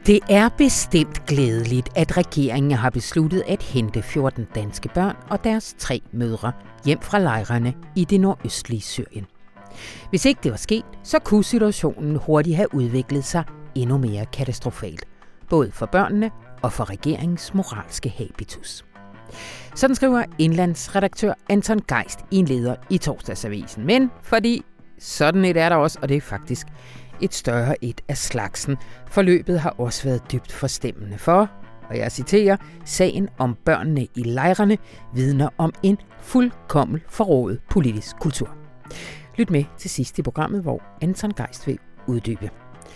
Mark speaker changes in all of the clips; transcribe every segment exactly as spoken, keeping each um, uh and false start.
Speaker 1: Det er bestemt glædeligt, at regeringen har besluttet at hente fjorten danske børn og deres tre mødre hjem fra lejrene i det nordøstlige Syrien. Hvis ikke det var sket, så kunne situationen hurtigt have udviklet sig endnu mere katastrofalt, både for børnene og for regeringens moralske habitus. Sådan skriver indlandsredaktør Anton Geist i en leder i Torsdagsavisen. Men fordi sådan et er der også, og det er faktisk et større et af slagsen. Forløbet har også været dybt forstemmende for, og jeg citerer, sagen om børnene i lejrene vidner om en fuldkommen forrådet politisk kultur. Lyt med til sidst i programmet, hvor Anton Geist vil uddybe.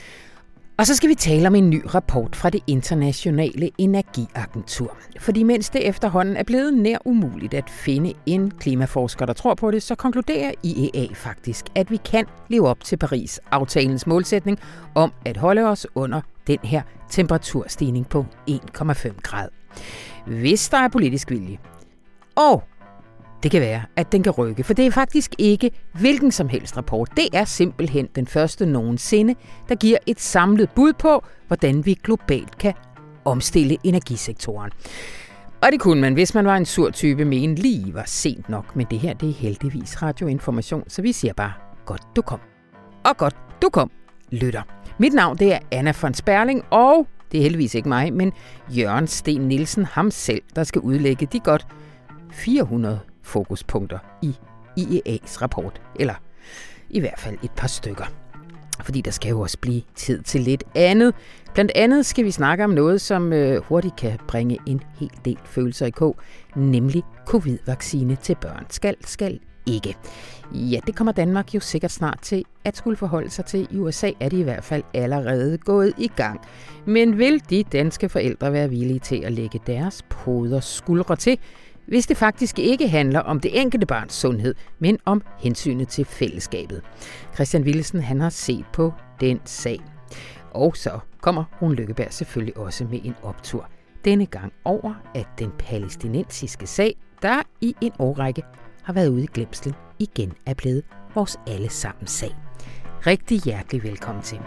Speaker 1: Og så skal vi tale om en ny rapport fra det internationale energiagentur. Fordi mens det efterhånden er blevet nær umuligt at finde en klimaforsker, der tror på det, så konkluderer I E A faktisk, at vi kan leve op til Paris-aftalens målsætning om at holde os under den her temperaturstigning på en komma fem grader. Hvis der er politisk vilje. Og det kan være, at den kan rykke, for det er faktisk ikke hvilken som helst rapport. Det er simpelthen den første nogensinde, der giver et samlet bud på, hvordan vi globalt kan omstille energisektoren. Og det kunne man, hvis man var en sur type, mene lige var sent nok. Men det her, det er heldigvis radioinformation, så vi siger bare, godt du kom. Og godt du kom, lytter. Mit navn, det er Anna von Sperling, og det er heldigvis ikke mig, men Jørgen Sten Nielsen, ham selv, der skal udlægge de godt fire hundrede fokuspunkter i I E A's rapport, eller i hvert fald et par stykker. Fordi der skal jo også blive tid til lidt andet. Blandt andet skal vi snakke om noget, som øh, hurtigt kan bringe en hel del følelser i kog, nemlig covid-vaccine til børn. Skal, skal ikke. Ja, det kommer Danmark jo sikkert snart til at skulle forholde sig til. I U S A er de i hvert fald allerede gået i gang. Men vil de danske forældre være villige til at lægge deres poder skuldre til, hvis det faktisk ikke handler om det enkelte barns sundhed, men om hensynet til fællesskabet? Christian Willesen, han har set på den sag. Og så kommer Rune Lykkeberg selvfølgelig også med en optur. Denne gang over, at den palæstinensiske sag, der i en årrække har været ude i glemsel, igen er blevet vores allesammens sag. Rigtig hjertelig velkommen til.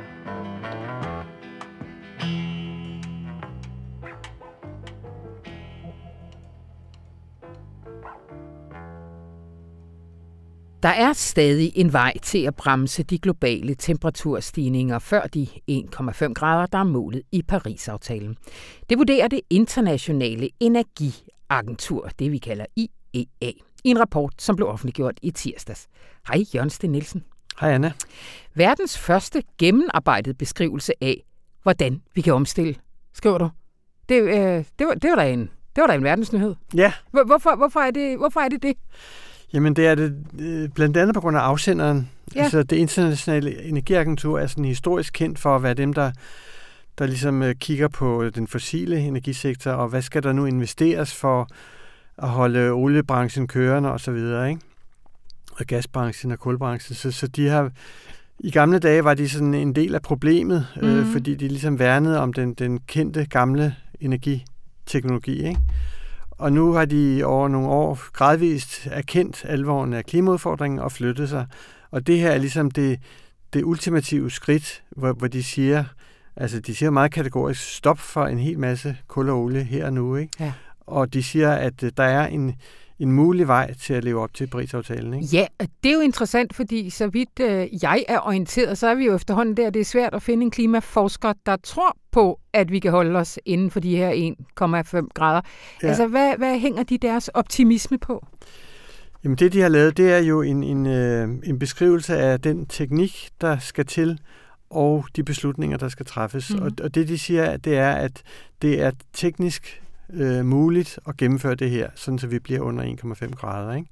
Speaker 1: Der er stadig en vej til at bremse de globale temperaturstigninger før de en komma fem grader, der er målet i Paris-aftalen. Det vurderer det internationale energiagentur, det vi kalder I E A, i en rapport, som blev offentliggjort i tirsdags. Hej Jørgen Sten Nielsen.
Speaker 2: Hej Anna.
Speaker 1: Verdens første gennemarbejdede beskrivelse af, hvordan vi kan omstille, skriver du. Det, øh, det, var, det, var, da en, det var da en verdensnyhed.
Speaker 2: Ja.
Speaker 1: Hvorfor, hvorfor, er det, hvorfor er det det?
Speaker 2: Jamen det er det øh, blandt andet på grund af afsenderen. Ja. Altså det internationale energiagentur er sådan historisk kendt for at være dem, der, der ligesom øh, kigger på den fossile energisektor, og hvad skal der nu investeres for at holde oliebranchen kørende og så videre, ikke? Og gasbranchen og kulbranchen. Så, så de har, i gamle dage var de sådan en del af problemet, mm. øh, fordi de ligesom værnede om den, den kendte gamle energiteknologi, ikke? Og nu har de over nogle år gradvist erkendt alvoren af klimaudfordringen og flyttet sig. Og det her er ligesom det, det ultimative skridt, hvor, hvor de siger, altså de siger meget kategorisk, stop for en hel masse kul og olie her og nu, ikke? Ja. Og de siger, at der er en, en mulig vej til at leve op til Paris-aftalen, ikke?
Speaker 1: Ja, det er jo interessant, fordi så vidt øh, jeg er orienteret, så er vi jo efterhånden der, det er svært at finde en klimaforsker, der tror på, at vi kan holde os inden for de her en komma fem grader. Ja. Altså, hvad, hvad hænger de deres optimisme på?
Speaker 2: Jamen, det de har lavet, det er jo en, en, øh, en beskrivelse af den teknik, der skal til, og de beslutninger, der skal træffes. Mm-hmm. Og, og det, de siger, det er, at det er teknisk øh, muligt at gennemføre det her, sådan så vi bliver under en komma fem grader, ikke?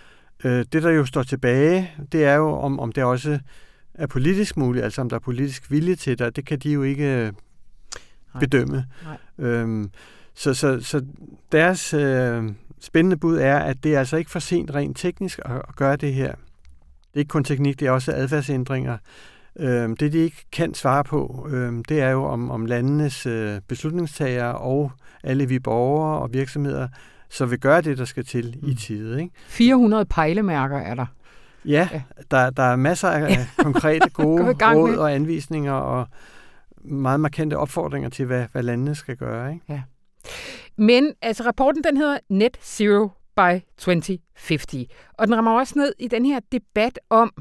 Speaker 2: Øh, det, der jo står tilbage, det er jo, om, om det også er politisk muligt, altså om der er politisk vilje til det, det kan de jo ikke bedømme. Nej. Nej. Øhm, så, så, så deres øh, spændende bud er, at det er altså ikke for sent rent teknisk at, at gøre det her. Det er ikke kun teknik, det er også adfærdsændringer. Øhm, det, de ikke kan svare på, øhm, det er jo om, om landenes øh, beslutningstagere og alle vi borgere og virksomheder, så vil gøre det, der skal til mm. i tide, ikke?
Speaker 1: fire hundrede pejlemærker er der.
Speaker 2: Ja, ja. Der, der er masser af konkrete, gode råd og anvisninger, og meget markante opfordringer til, hvad, hvad landene skal gøre. Ikke?
Speaker 1: Ja. Men altså, rapporten den hedder Net Zero by tyve halvtreds, og den rammer også ned i den her debat om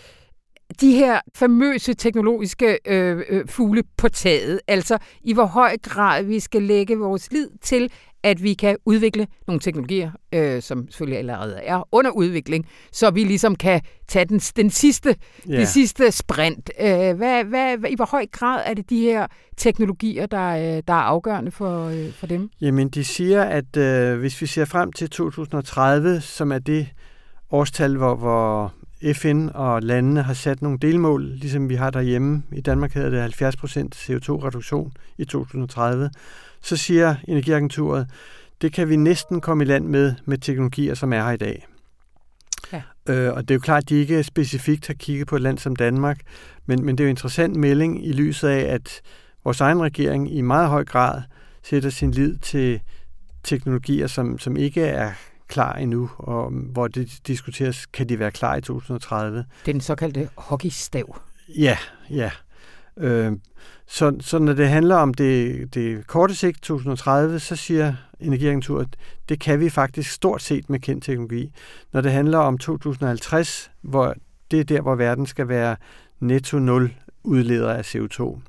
Speaker 1: de her famøse teknologiske øh, øh, fugle på taget. Altså i hvor høj grad vi skal lægge vores lid til, at vi kan udvikle nogle teknologier, øh, som selvfølgelig allerede er under udvikling, så vi ligesom kan tage den, den sidste, yeah. det sidste sprint. Øh, hvad, hvad, hvad, I hvor høj grad er det de her teknologier, der, der er afgørende for, øh, for dem?
Speaker 2: Jamen, de siger, at øh, hvis vi ser frem til to tusind og tredive, som er det årstal, hvor, hvor F N og landene har sat nogle delmål, ligesom vi har derhjemme. I Danmark hedder det halvfjerds procent C O to reduktion i to tusind og tredive. Så siger Energiagenturet, det kan vi næsten komme i land med, med teknologier, som er her i dag. Ja. Øh, og det er jo klart, at de ikke specifikt har kigget på et land som Danmark, men, men det er jo en interessant melding i lyset af, at vores egen regering i meget høj grad sætter sin lid til teknologier, som, som ikke er klar endnu, og hvor det diskuteres, kan de være klar i to tusind og tredive.
Speaker 1: Det er den såkaldte hockeystav.
Speaker 2: Ja, ja. Øh, så, så når det handler om det, det korte sigt, to tusind og tredive, så siger Energiagenturet, det kan vi faktisk stort set med kendt teknologi. Når det handler om to tusind og halvtreds, hvor det er der, hvor verden skal være netto nul udleder af C O to,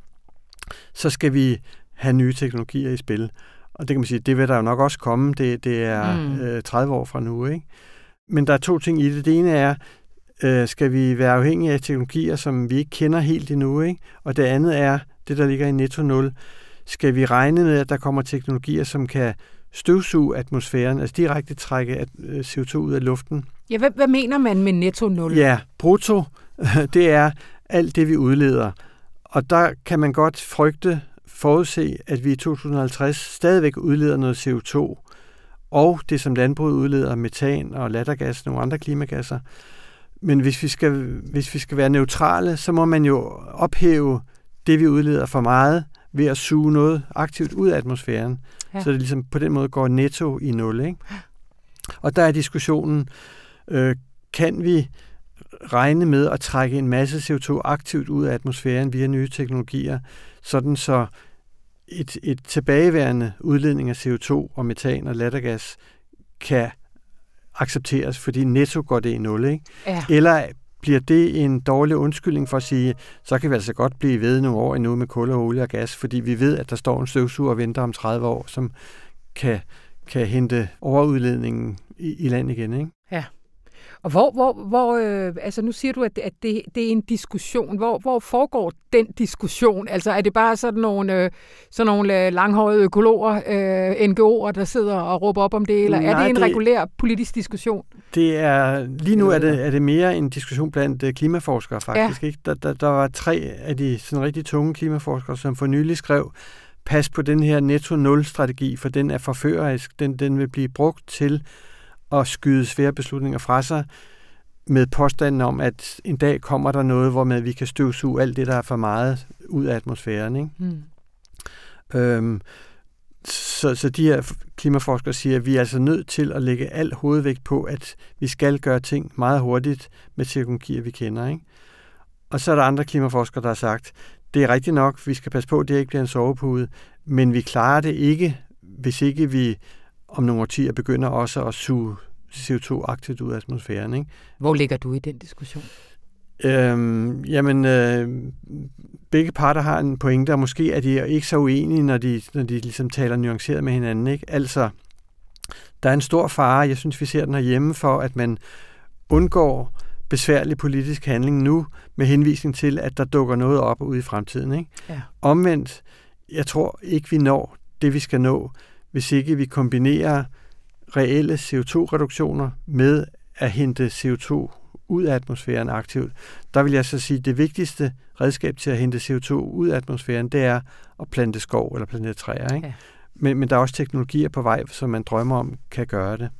Speaker 2: så skal vi have nye teknologier i spil. Og det kan man sige, det vil der jo nok også komme. Det, det er mm. øh, tredive år fra nu, ikke? Men der er to ting i det. Det ene er, øh, skal vi være afhængige af teknologier, som vi ikke kender helt endnu, ikke? Og det andet er, det der ligger i netto nul, skal vi regne med, at der kommer teknologier, som kan støvsuge atmosfæren, altså direkte trække C O to ud af luften.
Speaker 1: Ja, hvad, hvad mener man med netto nul?
Speaker 2: Ja, brutto, det er alt det, vi udleder. Og der kan man godt frygte, forudse, at vi i to tusind og halvtreds stadigvæk udleder noget C O to, og det, som landbruget udleder, metan og lattergas, nogle andre klimagasser. Men hvis vi skal, hvis vi skal være neutrale, så må man jo ophæve det, vi udleder for meget, ved at suge noget aktivt ud af atmosfæren. Ja. Så det ligesom på den måde går netto i nul. Ikke? Og der er diskussionen, øh, kan vi regne med at trække en masse C O to aktivt ud af atmosfæren via nye teknologier, sådan så et, et tilbageværende udledning af C O to og metan og lattergas kan accepteres, fordi netto går det i nul. Ikke? Ja. Eller bliver det en dårlig undskyldning for at sige, så kan vi altså godt blive ved nogle år endnu med kul og olie og gas, fordi vi ved, at der står en støvsuger og venter om tredive år, som kan, kan hente overudledningen i, i land igen. Ikke?
Speaker 1: Ja. Og hvor, hvor, hvor øh, altså nu siger du, at, at det, det er en diskussion. Hvor, hvor foregår den diskussion? Altså er det bare sådan nogle, øh, sådan nogle langhårede økologer, øh, N G O'er, der sidder og råber op om det, eller Nej, er det en det, regulær politisk diskussion?
Speaker 2: Det er, lige nu er det, er det mere en diskussion blandt uh, klimaforskere faktisk. Ja. Ikke? Der, der, der var tre af de sådan rigtig tunge klimaforskere, som for nylig skrev, pas på den her netto nul strategi, for den er forførerisk. Den, den vil blive brugt til og skyde svære beslutninger fra sig med påstanden om, at en dag kommer der noget, hvor vi kan støvsuge alt det, der er for meget ud af atmosfæren. Ikke? Mm. Øhm, så, så de her klimaforskere siger, at vi er altså nødt til at lægge al hovedvægt på, at vi skal gøre ting meget hurtigt med teknologier, vi kender. Ikke? Og så er der andre klimaforskere, der har sagt, det er rigtigt nok, vi skal passe på, at det ikke bliver en sovepude, men vi klarer det ikke, hvis ikke vi om nogle årtier begynder også at suge C O to aktivt ud af atmosfæren. Ikke?
Speaker 1: Hvor ligger du i den diskussion?
Speaker 2: Øhm, jamen, øh, begge parter har en pointe, og måske er de ikke så uenige, når de, når de ligesom taler nuanceret med hinanden. Ikke? Altså, der er en stor fare, jeg synes, vi ser den herhjemme, for at man undgår besværlig politisk handling nu, med henvisning til, at der dukker noget op ude i fremtiden. Ikke? Ja. Omvendt, jeg tror ikke, vi når det, vi skal nå, hvis ikke vi kombinerer reelle C O to reduktioner med at hente C O to ud af atmosfæren aktivt. Der vil jeg så sige, at det vigtigste redskab til at hente C O to ud af atmosfæren, det er at plante skov eller plante træer. Ikke? Ja. Men, men der er også teknologier på vej, som man drømmer om, kan gøre det.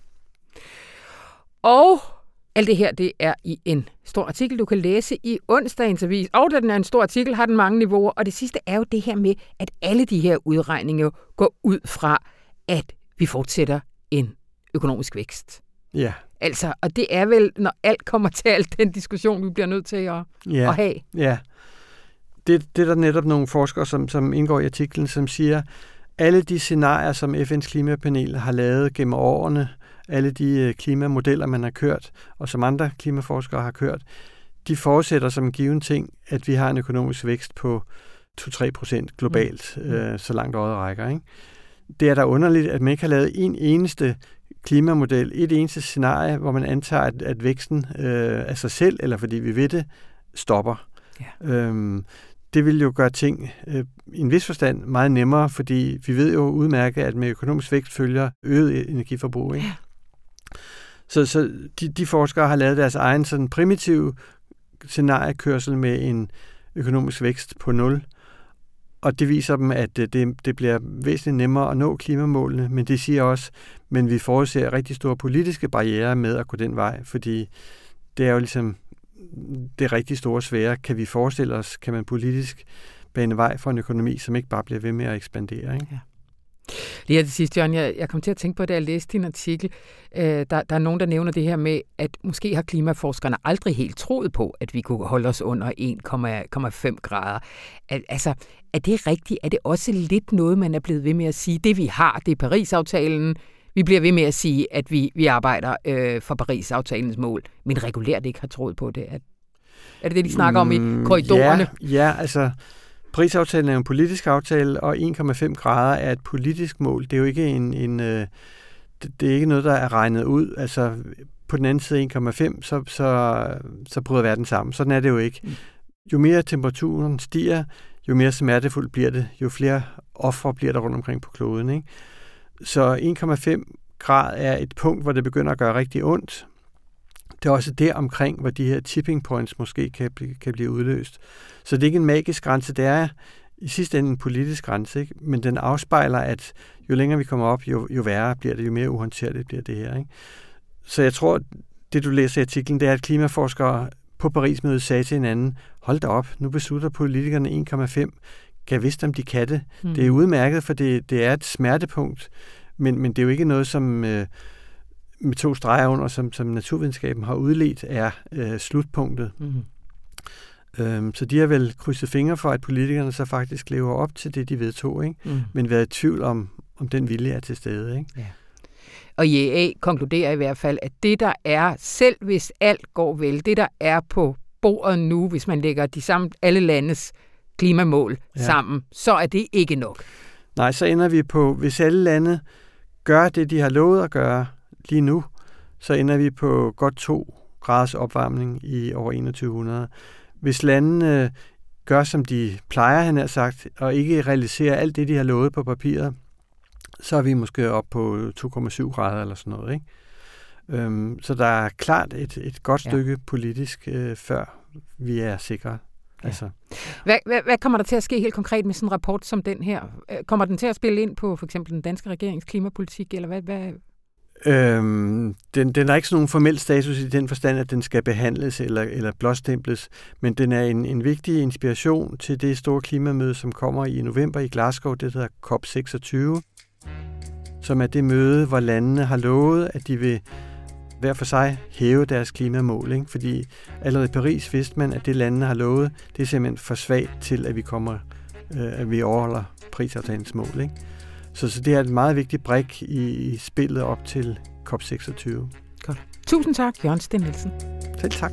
Speaker 1: Og alt det her, det er i en stor artikel, du kan læse i onsdagens avis. Og da den er en stor artikel, har den mange niveauer. Og det sidste er jo det her med, at alle de her udregninger går ud fra, at vi fortsætter en økonomisk vækst.
Speaker 2: Ja.
Speaker 1: Altså, og det er vel, når alt kommer til alt, den diskussion, vi bliver nødt til at,
Speaker 2: ja.
Speaker 1: at have.
Speaker 2: Ja. det, det er der netop nogle forskere, som, som indgår i artiklen, som siger, alle de scenarier, som F N's klimapanel har lavet gennem årene, alle de klimamodeller, man har kørt, og som andre klimaforskere har kørt, de forudsætter som en given ting, at vi har en økonomisk vækst på to til tre procent globalt, mm. øh, så langt øjet rækker. Ikke? Det er da underligt, at man ikke har lavet en eneste klimamodel, et eneste scenarie, hvor man antager, at, at væksten øh, af sig selv, eller fordi vi ved det, stopper. Ja. Øhm, det vil jo gøre ting øh, i en vis forstand meget nemmere, fordi vi ved jo udmærket, at med økonomisk vækst følger øget energiforbrug. Ikke? Ja. Så, så de, de forskere har lavet deres egen sådan primitive scenariekørsel med en økonomisk vækst på nul, og det viser dem, at det, det bliver væsentligt nemmere at nå klimamålene, men det siger også, men vi forudser rigtig store politiske barrierer med at gå den vej, fordi det er jo ligesom det rigtig store svære. Kan vi forestille os, kan man politisk bane vej for en økonomi, som ikke bare bliver ved med at ekspandere, ikke? Ja.
Speaker 1: Lige her til sidst, Jørgen, jeg, jeg kom til at tænke på, da jeg læste din artikel, øh, der, der er nogen, der nævner det her med, at måske har klimaforskerne aldrig helt troet på, at vi kunne holde os under en komma fem grader. Al, altså, er det rigtigt? Er det også lidt noget, man er blevet ved med at sige? Det vi har, det er Paris-aftalen. Vi bliver ved med at sige, at vi, vi arbejder øh, for Paris-aftalens mål, men regulært ikke har troet på det. Er, er det det, de snakker om i korridorerne?
Speaker 2: Ja, ja altså... Paris-aftalen er jo en politisk aftale, og en komma fem grader er et politisk mål. Det er jo ikke en, en øh, det, det er ikke noget, der er regnet ud. Altså på den anden side en komma fem, så, så, så bryder verden sammen. Sådan er det jo ikke. Jo mere temperaturen stiger, jo mere smertefuldt bliver det, jo flere ofre bliver der rundt omkring på kloden. Ikke? Så en komma fem grad er et punkt, hvor det begynder at gøre rigtig ondt. Det er også der omkring, hvor de her tipping points måske kan blive, kan blive udløst. Så det er ikke en magisk grænse, det er i sidste ende en politisk grænse, ikke? Men den afspejler, at jo længere vi kommer op, jo, jo værre bliver det, jo mere uhåndterligt bliver det her. Ikke? Så jeg tror, det du læser i artiklen, det er, at klimaforskere på Paris-mødet sagde til hinanden, hold da op, nu beslutter politikerne en komma fem, kan vidste om de kan det. Mm. Det er udmærket, for det, det er et smertepunkt, men, men det er jo ikke noget, som... Øh, med to streger under, som, som naturvidenskaben har udledt, er øh, slutpunktet. Mm-hmm. Øhm, så de har vel krydset fingre for, at politikerne så faktisk lever op til det, de vedtog, ikke? Mm. Men været i tvivl om, om den vilje er til stede. Ikke?
Speaker 1: Ja. Og I E A konkluderer i hvert fald, at det, der er, selv hvis alt går vel, det, der er på bordet nu, hvis man lægger de samme, alle landes klimamål ja. sammen, så er det ikke nok.
Speaker 2: Nej, så ender vi på, hvis alle lande gør det, de har lovet at gøre, lige nu, så ender vi på godt to graders opvarmning i år enogtyve hundrede. Hvis landene øh, gør, som de plejer, han har sagt, og ikke realiserer alt det, de har lovet på papiret, så er vi måske op på to komma syv grader eller sådan noget. Ikke? Øhm, så der er klart et, et godt stykke ja. politisk, øh, før vi er sikre. Ja. Altså.
Speaker 1: Hvad, hvad, hvad kommer der til at ske helt konkret med sådan en rapport som den her? Kommer den til at spille ind på for eksempel den danske regerings klimapolitik, eller hvad... hvad
Speaker 2: Øhm, den, den har ikke sådan nogen formel status i den forstand, at den skal behandles eller, eller blåstemples, men den er en, en vigtig inspiration til det store klimamøde, som kommer i november i Glasgow, det hedder COP seksogtyve, som er det møde, hvor landene har lovet, at de vil hver for sig hæve deres klimamål, ikke? Fordi allerede i Paris vidste man, at det landene har lovet, det er simpelthen for svagt til, at vi kommer, øh, at vi overholder Paris-aftalens mål, ikke? Så, så det er et meget vigtigt brik i, i spillet op til COP seksogtyve.
Speaker 1: Godt. Tusind tak, Jørgen Steen Nielsen.
Speaker 2: Selv tak.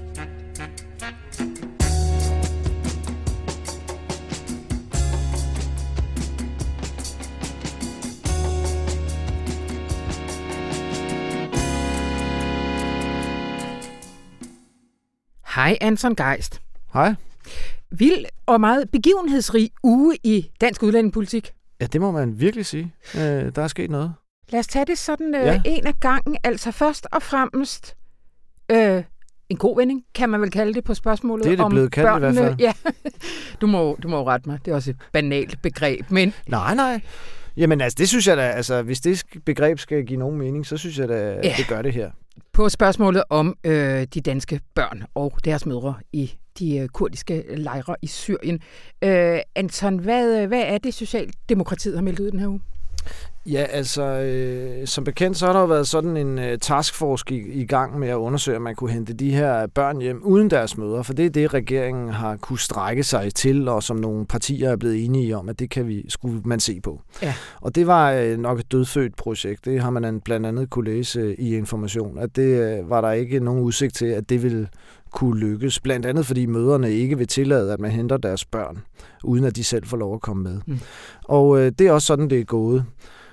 Speaker 1: Hej, Anton Geist.
Speaker 3: Hej.
Speaker 1: Vild og meget begivenhedsrig uge i dansk udlændingepolitik.
Speaker 3: Ja, det må man virkelig sige. Øh, der er sket noget.
Speaker 1: Lad os tage det sådan øh, ja. en af gangen. Altså først og fremmest øh, en god vending, kan man vel kalde det på spørgsmålet om
Speaker 3: børnene. Det er det blevet kaldt børnene. I hvert fald.
Speaker 1: Ja. Du må, du må rette mig. Det er også et banalt begreb. Men...
Speaker 3: Nej, nej. Jamen altså, det synes jeg da, altså hvis det begreb skal give nogen mening, så synes jeg da, ja. det gør det her.
Speaker 1: På spørgsmålet om øh, de danske børn og deres mødre i de øh, kurdiske lejre i Syrien. Øh, Anton, hvad, hvad er det, Socialdemokratiet har meldt ud den her uge?
Speaker 3: Ja, altså, øh, som bekendt, så har der jo været sådan en øh, taskforce i, i gang med at undersøge, om man kunne hente de her børn hjem uden deres mødre, for det er det, regeringen har kunne strække sig til, og som nogle partier er blevet enige om, at det kan vi, skulle man se på.
Speaker 1: Ja.
Speaker 3: Og det var øh, nok et dødfødt projekt. Det har man blandt andet kunne læse øh, i Information, at det øh, var der ikke nogen udsigt til, at det ville kunne lykkes. Blandt andet, fordi mødrene ikke vil tillade, at man henter deres børn, uden at de selv får lov at komme med. Mm. Og øh, det er også sådan, det er gået.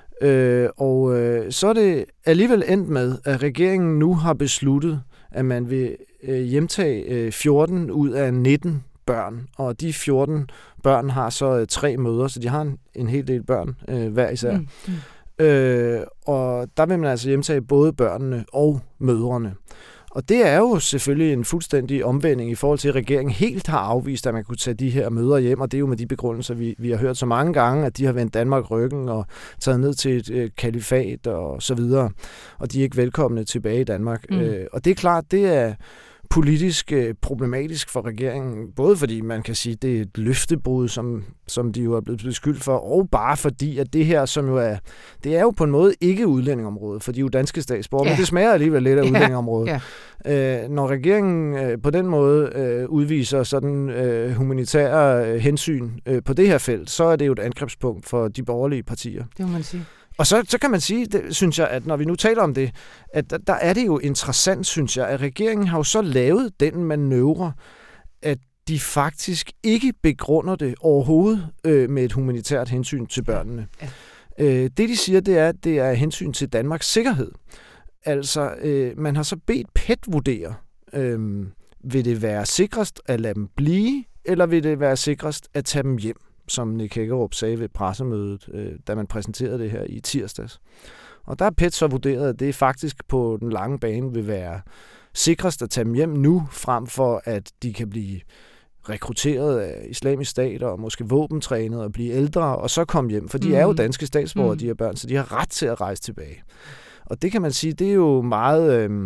Speaker 3: Øh, og øh, så er det alligevel endt med, at regeringen nu har besluttet, at man vil øh, hjemtage øh, fjorten ud af nitten børn. Og de fjorten børn har så øh, tre mødre, så de har en, en hel del børn øh, hver især. Mm. Mm. Øh, og der vil man altså hjemtage både børnene og mødrene. Og det er jo selvfølgelig en fuldstændig omvending i forhold til, at regeringen helt har afvist, at man kunne tage de her mødre hjem, og det er jo med de begrundelser, vi, vi har hørt så mange gange, at de har vendt Danmark ryggen og taget ned til et øh, kalifat og så videre, og de er ikke velkomne tilbage i Danmark. Mm. Øh, og det er klart, det er politisk øh, problematisk for regeringen, både fordi man kan sige, at det er et løftebrud, som, som de jo er blevet beskyldt for, og bare fordi, at det her, som jo er, det er jo på en måde ikke udlændingområdet, for de er jo danske statsborgere, ja. Men det smager alligevel lidt af ja. udlændingområdet. Ja. Øh, når regeringen øh, på den måde øh, udviser sådan øh, humanitære øh, hensyn øh, på det her felt, så er det jo et angrebspunkt for de borgerlige partier.
Speaker 1: Det må man sige.
Speaker 3: Og så, så kan man sige, det, synes jeg, at når vi nu taler om det, at der, der er det jo interessant, synes jeg, at regeringen har jo så lavet den manøvre, at de faktisk ikke begrunder det overhovedet øh, med et humanitært hensyn til børnene. Ja. Øh, det de siger, det er, at det er hensyn til Danmarks sikkerhed. Altså, øh, man har så bedt P E T vurdere, øh, vil det være sikrest at lade dem blive, eller vil det være sikrest at tage dem hjem? Som Nick Hækkerup sagde ved pressemødet, øh, da man præsenterede det her i tirsdags. Og der har P E T så vurderet, at det faktisk på den lange bane vil være sikrest at tage dem hjem nu, frem for at de kan blive rekrutteret af Islamisk Stat og måske våbentrænet og blive ældre og så komme hjem. For de mm. er jo danske statsborgere, mm. de her børn, så de har ret til at rejse tilbage. Og det kan man sige, det er jo meget Øh,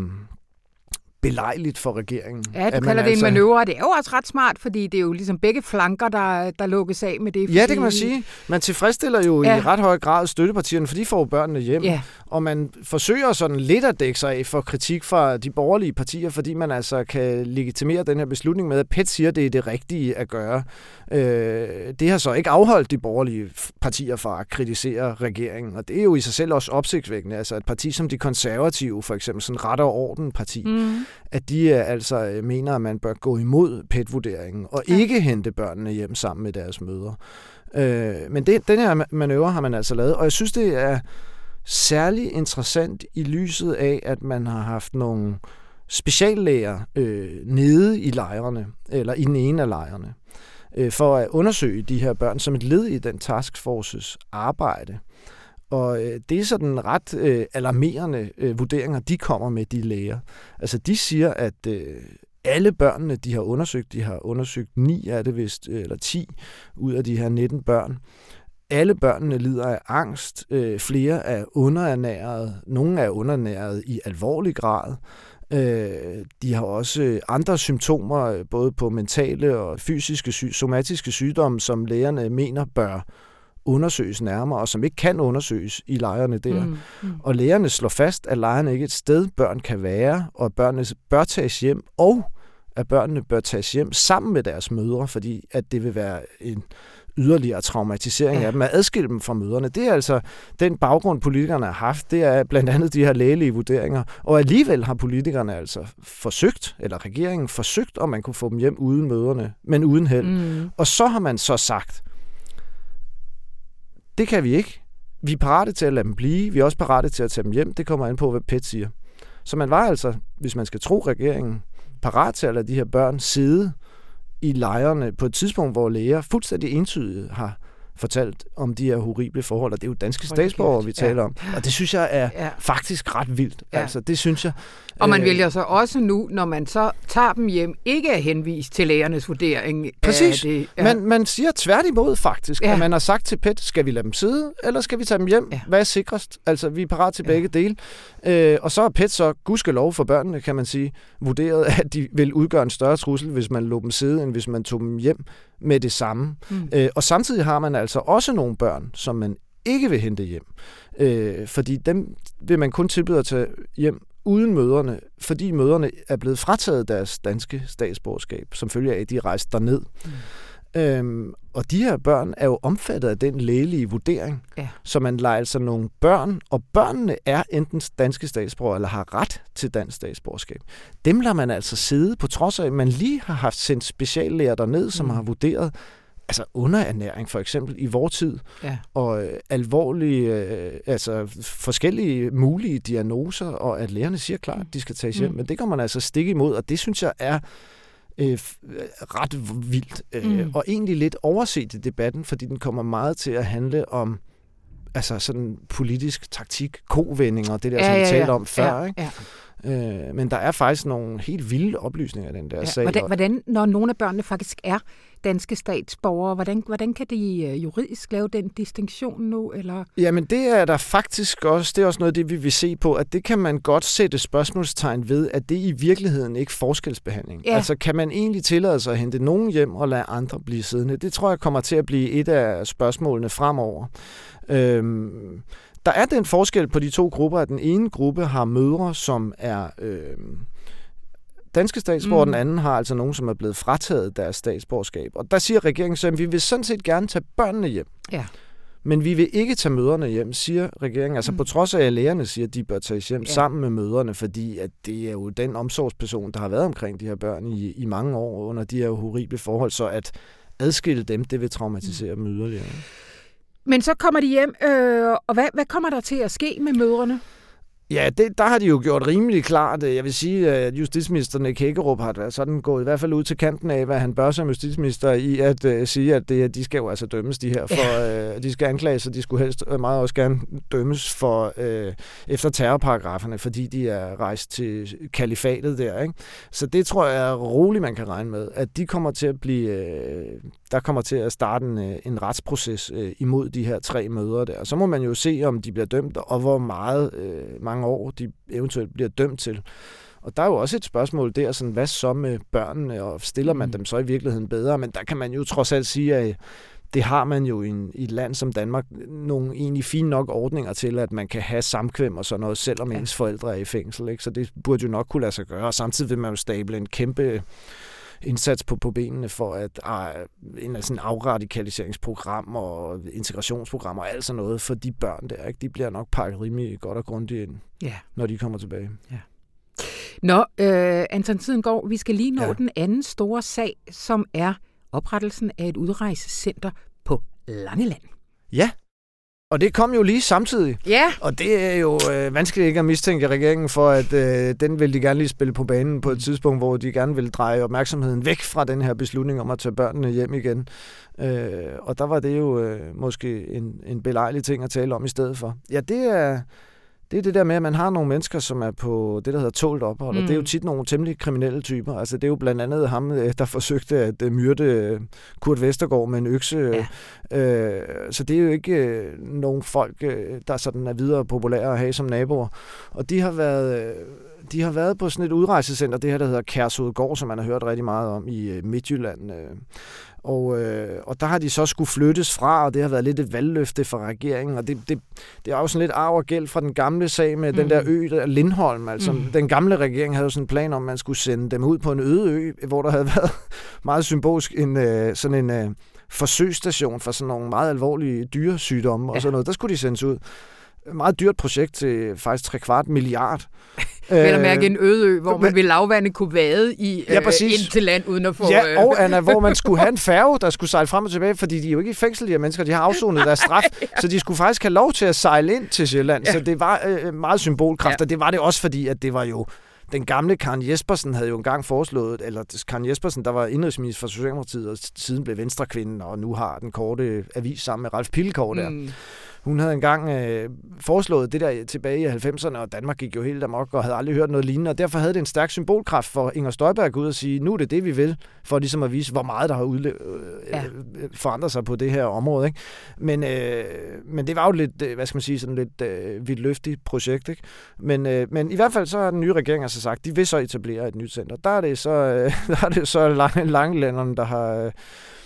Speaker 3: belejligt for regeringen.
Speaker 1: Ja, du kalder det altså en manøvre. Det er jo også ret smart, fordi det er jo ligesom begge flanker, der, der lukkes af med det.
Speaker 3: Ja, det kan man sige. Man tilfredsstiller jo ja. i ret høj grad støttepartierne, for de får børnene hjem. Ja. Og man forsøger sådan lidt at dække sig af for kritik fra de borgerlige partier, fordi man altså kan legitimere den her beslutning med, at P E T siger, at det er det rigtige at gøre. Øh, det har så ikke afholdt de borgerlige partier fra at kritisere regeringen, og det er jo i sig selv også opsigtsvækkende. Altså et parti som de konservative, for eksempel sådan ret og orden parti, mm. at de altså mener, at man bør gå imod P E T-vurderingen og ja. ikke hente børnene hjem sammen med deres mødre. Øh, men det, den her manøvre har man altså lavet, og jeg synes, det er særlig interessant i lyset af, at man har haft nogle speciallæger øh, nede i lejrene, eller i den ene af lejrene, øh, for at undersøge de her børn som et led i den taskforces arbejde. Og øh, det er sådan ret øh, alarmerende øh, vurderinger, de kommer med, de læger. Altså, de siger, at øh, alle børnene, de har undersøgt, de har undersøgt ni af det vist, eller ti ud af de her nitten børn. Alle børnene lider af angst, øh, flere er underernæret, nogle er underernæret i alvorlig grad. Øh, de har også andre symptomer, både på mentale og fysiske, sy- somatiske sygdomme, som lægerne mener bør undersøges nærmere, og som ikke kan undersøges i lejrene der. Mm, mm. Og lægerne slår fast, at lejrene ikke er et sted, børn kan være, og at børnene bør tages hjem, og at børnene bør tages hjem sammen med deres mødre, fordi at det vil være en yderligere traumatisering ja. af dem, at adskille dem fra mødrene. Det er altså den baggrund, politikerne har haft. Det er blandt andet de her lægelige vurderinger. Og alligevel har politikerne altså forsøgt, eller regeringen forsøgt, om man kunne få dem hjem uden mødrene, men uden held. Mm. Og så har man så sagt, det kan vi ikke. Vi er parate til at lade dem blive. Vi er også parate til at tage dem hjem. Det kommer an på, hvad P E T siger. Så man var altså, hvis man skal tro regeringen, parat til at lade de her børn sidde i lejrene på et tidspunkt, hvor læger fuldstændig entydigt har fortalt om de her horrible forhold, og det er jo danske statsborgere, vi taler ja. om. Og det synes jeg er ja. faktisk ret vildt. Ja. Altså, det synes jeg.
Speaker 1: Og man øh, vælger så også nu, når man så tager dem hjem, ikke er henvist til lægernes vurdering.
Speaker 3: Præcis.
Speaker 1: Det,
Speaker 3: ja. man, man siger tværtimod faktisk, ja. at man har sagt til P E T, skal vi lade dem sidde, eller skal vi tage dem hjem? Ja. Hvad er sikrest? Altså, vi er parat til ja. begge dele. Øh, og så har P E T så, gudskelov for børnene, kan man sige, vurderet, at de vil udgøre en større trussel, hvis man lå dem sidde, end hvis man tog dem hjem med det samme. Mm. Øh, og samtidig har man altså også nogle børn, som man ikke vil hente hjem. Øh, fordi dem vil man kun tilbyde at tage hjem uden mødrene, fordi mødrene er blevet frataget deres danske statsborgerskab, som følge af, at de rejste derned. Mm. Øhm, og de her børn er jo omfattet af den lægelige vurdering, ja. Så man leger altså nogle børn, og børnene er enten danske statsborgere, eller har ret til dansk statsborgerskab. Dem lader man altså sidde, på trods af, at man lige har haft sendt speciallæger derned, som mm. har vurderet altså underernæring for eksempel i vor tid, ja. Og øh, alvorlige, øh, altså forskellige mulige diagnoser, og at lægerne siger klart, at de skal tages hjem, mm. men det kan man altså stikke imod, og det synes jeg er øh, ret vildt, øh, mm. og egentlig lidt overset i debatten, fordi den kommer meget til at handle om altså sådan politisk taktik, kovendinger, det der, ja, som vi ja, talte ja. om før, ja, ikke? Ja. Øh, men der er faktisk nogle helt vilde oplysninger i den der ja, sag.
Speaker 1: Hvordan, hvordan, når nogle af børnene faktisk er danske statsborgere, hvordan, hvordan kan de juridisk lave den distinktion nu? Eller?
Speaker 3: Jamen det er der faktisk også, det er også noget af det, vi vil se på, at det kan man godt sætte spørgsmålstegn ved, at det i virkeligheden ikke forskelsbehandling. Ja. Altså kan man egentlig tillade sig at hente nogen hjem og lade andre blive siddende? Det tror jeg kommer til at blive et af spørgsmålene fremover. Øhm, Der er den forskel på de to grupper, at den ene gruppe har mødre, som er øh, danske statsborgere, mm. den anden har altså nogen, som er blevet frataget deres statsborgerskab. Og der siger regeringen så, at vi vil sådan set gerne tage børnene hjem. Ja. Men vi vil ikke tage mødrene hjem, siger regeringen. Altså mm. på trods af, at lægerne siger, at de bør tages hjem ja. sammen med mødrene, fordi at det er jo den omsorgsperson, der har været omkring de her børn i, i mange år under de her horrible forhold, så at adskille dem, det vil traumatisere mm. dem yderligere.
Speaker 1: Men så kommer de hjem, øh, og hvad, hvad kommer der til at ske med mødrene?
Speaker 3: Ja, det, der har de jo gjort rimelig klart. Jeg vil sige, at justitsminister Nick Hækkerup har sådan gået i hvert fald ud til kanten af, hvad han bør som justitsminister i at uh, sige, at det, de skal jo altså dømmes, de her, for uh, de skal anklages, og de skulle helst meget også gerne dømmes for uh, efter terrorparagraferne, fordi de er rejst til kalifatet der, ikke? Så det tror jeg er roligt, man kan regne med, at de kommer til at blive, uh, der kommer til at starte en, en retsproces uh, imod de her tre mødre der. Så må man jo se, om de bliver dømt, og hvor meget uh, mange år de eventuelt bliver dømt til. Og der er jo også et spørgsmål der, sådan, hvad så med børnene, og stiller man dem så i virkeligheden bedre? Men der kan man jo trods alt sige, at det har man jo i, en, i et land som Danmark nogle egentlig fine nok ordninger til, at man kan have samkvem og sådan noget, selvom ja. ens forældre er i fængsel. Ikke? Så det burde jo nok kunne lade sig gøre. Og samtidig vil man jo stable en kæmpe indsats på, på benene for at uh, en sådan afradikaliseringsprogram og integrationsprogram og alt sådan noget for de børn der, ikke? De bliver nok pakket rimelig godt og grundigt ind, ja. når de kommer tilbage. Ja.
Speaker 1: Nå, øh, Anton, tiden går. Vi skal lige nå ja. den anden store sag, som er oprettelsen af et udrejsecenter på Langeland.
Speaker 3: Ja. Og det kom jo lige samtidig.
Speaker 1: Ja.
Speaker 3: Og det er jo øh, vanskeligt ikke at mistænke regeringen for, at øh, den vil de gerne lige spille på banen på et tidspunkt, hvor de gerne vil dreje opmærksomheden væk fra den her beslutning om at tage børnene hjem igen. Øh, og der var det jo øh, måske en, en belejlig ting at tale om i stedet for. Ja, det er... Det er det der med, at man har nogle mennesker, som er på det, der hedder tålt ophold, mm. og det er jo tit nogle temmelig kriminelle typer. Altså, det er jo blandt andet ham, der forsøgte at myrde Kurt Vestergaard med en økse. Ja. Øh, så det er jo ikke øh, nogen folk, der sådan er videre populære at have som naboer. Og de har været... De har været på sådan et udrejsecenter, det her, der hedder Kærshovedgård, som man har hørt rigtig meget om i Midtjylland. Og, øh, og der har de så skulle flyttes fra, og det har været lidt et valgløfte fra regeringen. Og det, det, det er jo sådan lidt arv og gæld fra den gamle sag med mm. den der ø, der Lindholm. Altså, mm. den gamle regering havde jo sådan en plan om, at man skulle sende dem ud på en øde ø, hvor der havde været meget symbolsk en, øh, sådan en øh, forsøgsstation for sådan nogle meget alvorlige dyresygdomme og ja. sådan noget. Der skulle de sendes ud. Meget dyrt projekt til faktisk tre kvart milliard.
Speaker 1: Vel at mærke en øde ø, hvor man ved lavvande kunne vade i ja, øh, ind til land uden at få...
Speaker 3: Ja, og Anna, hvor man skulle have en færge, der skulle sejle frem og tilbage, fordi de er jo ikke i fængsel, de her mennesker, de har afsonet deres straf, ja. så de skulle faktisk have lov til at sejle ind til Sjælland. Ja. Så det var øh, meget symbolkraft, ja. og det var det også, fordi at det var jo... Den gamle Karen Jespersen havde jo engang foreslået, eller Karen Jespersen, der var indenrigsminister for Socialdemokratiet, og siden blev venstrekvinden, og nu har den korte avis sammen med Ralf Pilgaard der. Mm. Hun havde engang øh, foreslået det der tilbage i halvfemserne, og Danmark gik jo helt amok og havde aldrig hørt noget lignende, og derfor havde det en stærk symbolkraft for Inger Støjberg at gå ud og sige, nu er det det, vi vil, for ligesom at vise, hvor meget der har udle- øh, ja. forandret sig på det her område. Ikke? Men, øh, men det var jo lidt, øh, hvad skal man sige, sådan lidt øh, vidtløftigt projekt. Ikke? Men, øh, men i hvert fald så har den nye regering altså sagt, de vil så etablere et nyt center. Der er det så, øh, der er det så lang- Langelanderne, der har... Øh,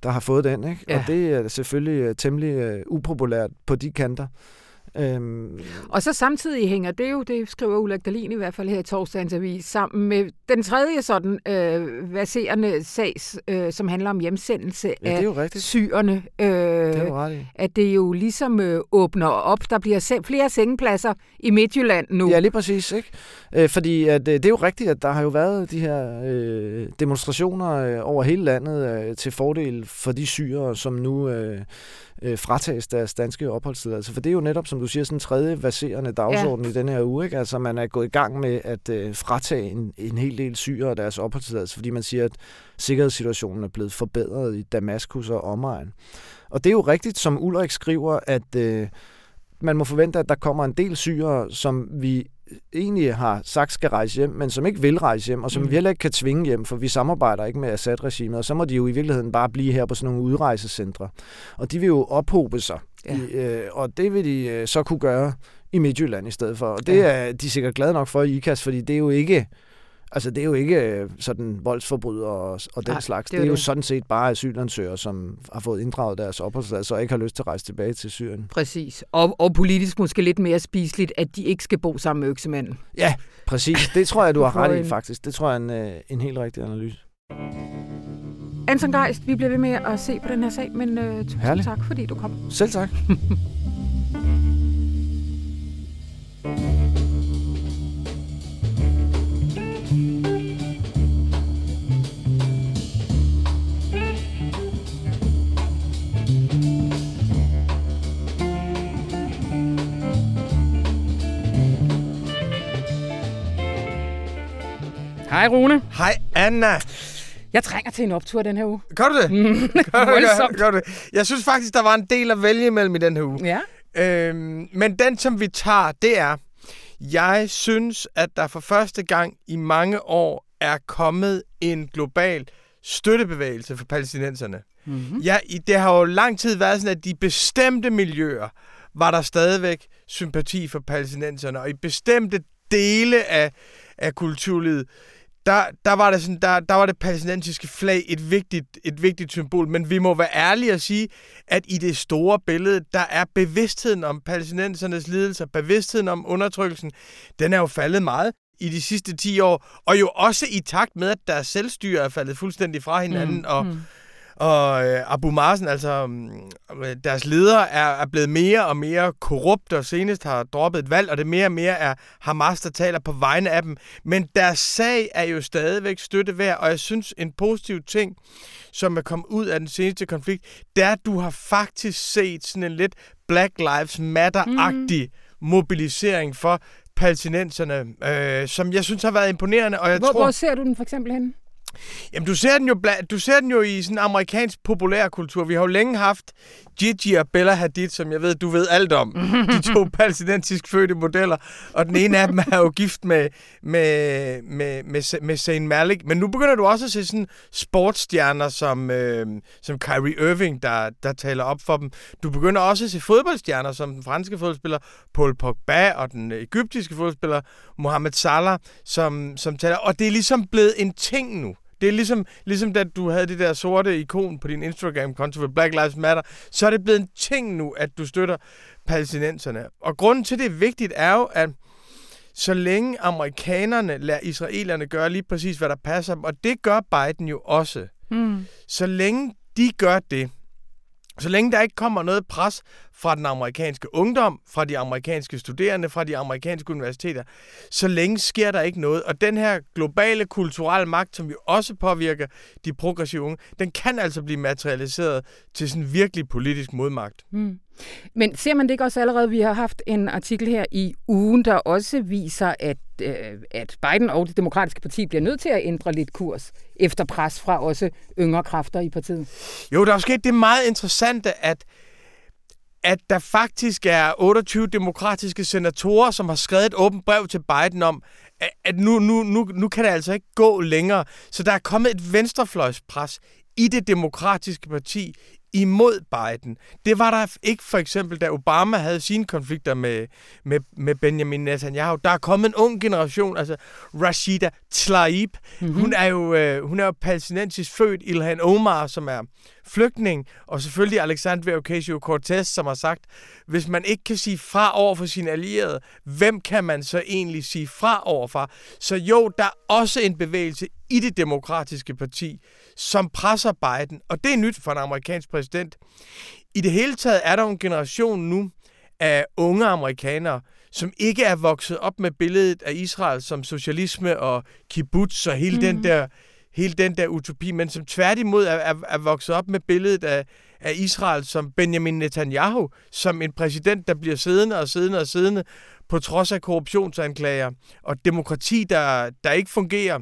Speaker 3: der har fået den, ikke?
Speaker 1: Ja.
Speaker 3: Og det er selvfølgelig temmelig uh, upopulært på de kanter. Øhm.
Speaker 1: Og så samtidig hænger det jo, det skriver Ulrik Dahlin i hvert fald her i Torsdagens Avis, sammen med den tredje sådan øh, verserende sags, øh, som handler om hjemsendelse
Speaker 3: ja,
Speaker 1: af syrerne. Øh, det
Speaker 3: er jo ret i.
Speaker 1: At det jo ligesom øh, åbner op. Der bliver se- flere sengepladser i Midtjylland nu.
Speaker 3: Ja, lige præcis, ikke? Øh, fordi at, øh, det er jo rigtigt, at der har jo været de her øh, demonstrationer øh, over hele landet øh, til fordel for de syrere, som nu øh, øh, fratages deres danske opholdstilladelse. For det er jo netop, som du siger, sådan en tredje verserende dagsorden ja. i denne her uge, ikke? Altså man er gået i gang med at øh, fratage en, en hel del syrere deres opholdstilladelse, fordi man siger, at sikkerhedssituationen er blevet forbedret i Damaskus og omegn. Og det er jo rigtigt, som Ulrik skriver, at øh, man må forvente, at der kommer en del syrere, som vi egentlig har sagt skal rejse hjem, men som ikke vil rejse hjem, og som mm. vi heller ikke kan tvinge hjem, for vi samarbejder ikke med Assad-regimet, og så må de jo i virkeligheden bare blive her på sådan nogle udrejsecentre. Og de vil jo ophobe sig, ja. i, øh, og det vil de øh, så kunne gøre i Midtjylland i stedet for. Og det ja. er de er sikkert glade nok for i I K A S, fordi det er jo ikke altså det er jo ikke sådan voldsforbrydere og, og den Ej, slags. Det er, det er jo det. sådan set bare asylansøgere, som har fået inddraget deres opholdstilladelse og ikke har lyst til at rejse tilbage til Syrien.
Speaker 1: Præcis. Og, og politisk måske lidt mere spiseligt, at de ikke skal bo sammen med øksemanden.
Speaker 3: Ja, præcis. Det tror jeg, du har ret i faktisk. Det tror jeg er en, en helt rigtig analyse.
Speaker 1: Anton Geist, vi bliver ved med at se på den her sag, men uh, tusind Herlig. tak, fordi du kom.
Speaker 3: Selv tak.
Speaker 1: Hej Rune.
Speaker 4: Hej Anna.
Speaker 1: Jeg trænger til en optur den her uge.
Speaker 4: Gør du det?
Speaker 1: Mm.
Speaker 4: gør, du, gør, gør du det? Jeg synes faktisk, der var en del at vælge imellem i den her uge.
Speaker 1: Ja.
Speaker 4: Øhm, men den, som vi tager, det er, jeg synes, at der for første gang i mange år er kommet en global støttebevægelse for palæstinenserne. Mm-hmm. Ja, det har jo lang tid været sådan, at de bestemte miljøer var der stadigvæk sympati for palæstinenserne, og i bestemte dele af, af kulturlivet, der, der, var det sådan, der, der var det palæstinensiske flag et vigtigt, et vigtigt symbol. Men vi må være ærlige og sige, at i det store billede, der er bevidstheden om palæstinensernes lidelser, bevidstheden om undertrykkelsen, den er jo faldet meget i de sidste ti år, og jo også i takt med, at deres selvstyre er faldet fuldstændig fra hinanden, mm. og mm. Og øh, Abu Mazen, altså øh, deres ledere, er, er blevet mere og mere korrupt, og senest har droppet et valg, og det mere og mere er Hamas, der taler på vegne af dem. Men deres sag er jo stadigvæk støtte værd, og jeg synes, en positiv ting, som er kommet ud af den seneste konflikt, det er, at du har faktisk set sådan en lidt Black Lives Matter-agtig mm. mobilisering for palæstinenserne, øh, som jeg synes har været imponerende. Og jeg
Speaker 1: hvor,
Speaker 4: tror,
Speaker 1: hvor ser du den for eksempel henne?
Speaker 4: Jamen, du ser den jo, du ser den jo i sådan en amerikansk populærkultur. Vi har jo længe haft Gigi og Bella Hadid, som jeg ved, du ved alt om. De to palæstinensisk fødte modeller. Og den ene af dem er jo gift med, med, med, med, med Zayn Malik. Men nu begynder du også at se sådan sportsstjerner som, øh, som Kyrie Irving, der, der taler op for dem. Du begynder også at se fodboldstjerner som den franske fodboldspiller Paul Pogba og den egyptiske fodboldspiller Mohamed Salah, som, som taler. Og det er ligesom blevet en ting nu. Det er ligesom, ligesom da du havde det der sorte ikon på din Instagram-konto for Black Lives Matter, så er det blevet en ting nu, at du støtter palæstinenserne. Og grunden til, det er vigtigt, er jo, at så længe amerikanerne lader israelerne gøre lige præcis, hvad der passer dem, og det gør Biden jo også. Mm. Så længe de gør det, så længe der ikke kommer noget pres fra den amerikanske ungdom, fra de amerikanske studerende, fra de amerikanske universiteter, så længe sker der ikke noget. Og den her globale kulturelle magt, som jo også påvirker de progressive unge, den kan altså blive materialiseret til sådan en virkelig politisk modmagt. Mm.
Speaker 1: Men ser man det ikke også allerede? Vi har haft en artikel her i ugen, der også viser, at, øh, at Biden og det demokratiske parti bliver nødt til at ændre lidt kurs efter pres fra også yngre kræfter i partiet.
Speaker 4: Jo, der er sket det meget interessante, at at der faktisk er otteogtyve demokratiske senatorer, som har skrevet et åbent brev til Biden om, at nu, nu, nu, nu kan det altså ikke gå længere. Så der er kommet et venstrefløjspres i det demokratiske parti imod Biden. Det var der ikke for eksempel, da Obama havde sine konflikter med, med, med Benjamin Netanyahu. Der er kommet en ung generation, altså Rashida Tlaib. Mm-hmm. Hun er jo øh, hun er jo palæstinensisk født, Ilhan Omar, som er flygtning, og selvfølgelig Alexandria Ocasio-Cortez, som har sagt, hvis man ikke kan sige fra over for sine allierede, hvem kan man så egentlig sige fra overfor? Så jo, der er også en bevægelse i det demokratiske parti, som presser Biden, og det er nyt for en amerikansk præsident. I det hele taget er der en generation nu af unge amerikanere, som ikke er vokset op med billedet af Israel som socialisme og kibbutz og hele, mm. den, der, hele den der utopi, men som tværtimod er, er, er vokset op med billedet af, af Israel som Benjamin Netanyahu, som en præsident, der bliver siddende og siddende og siddende på trods af korruptionsanklager og demokrati, der, der ikke fungerer.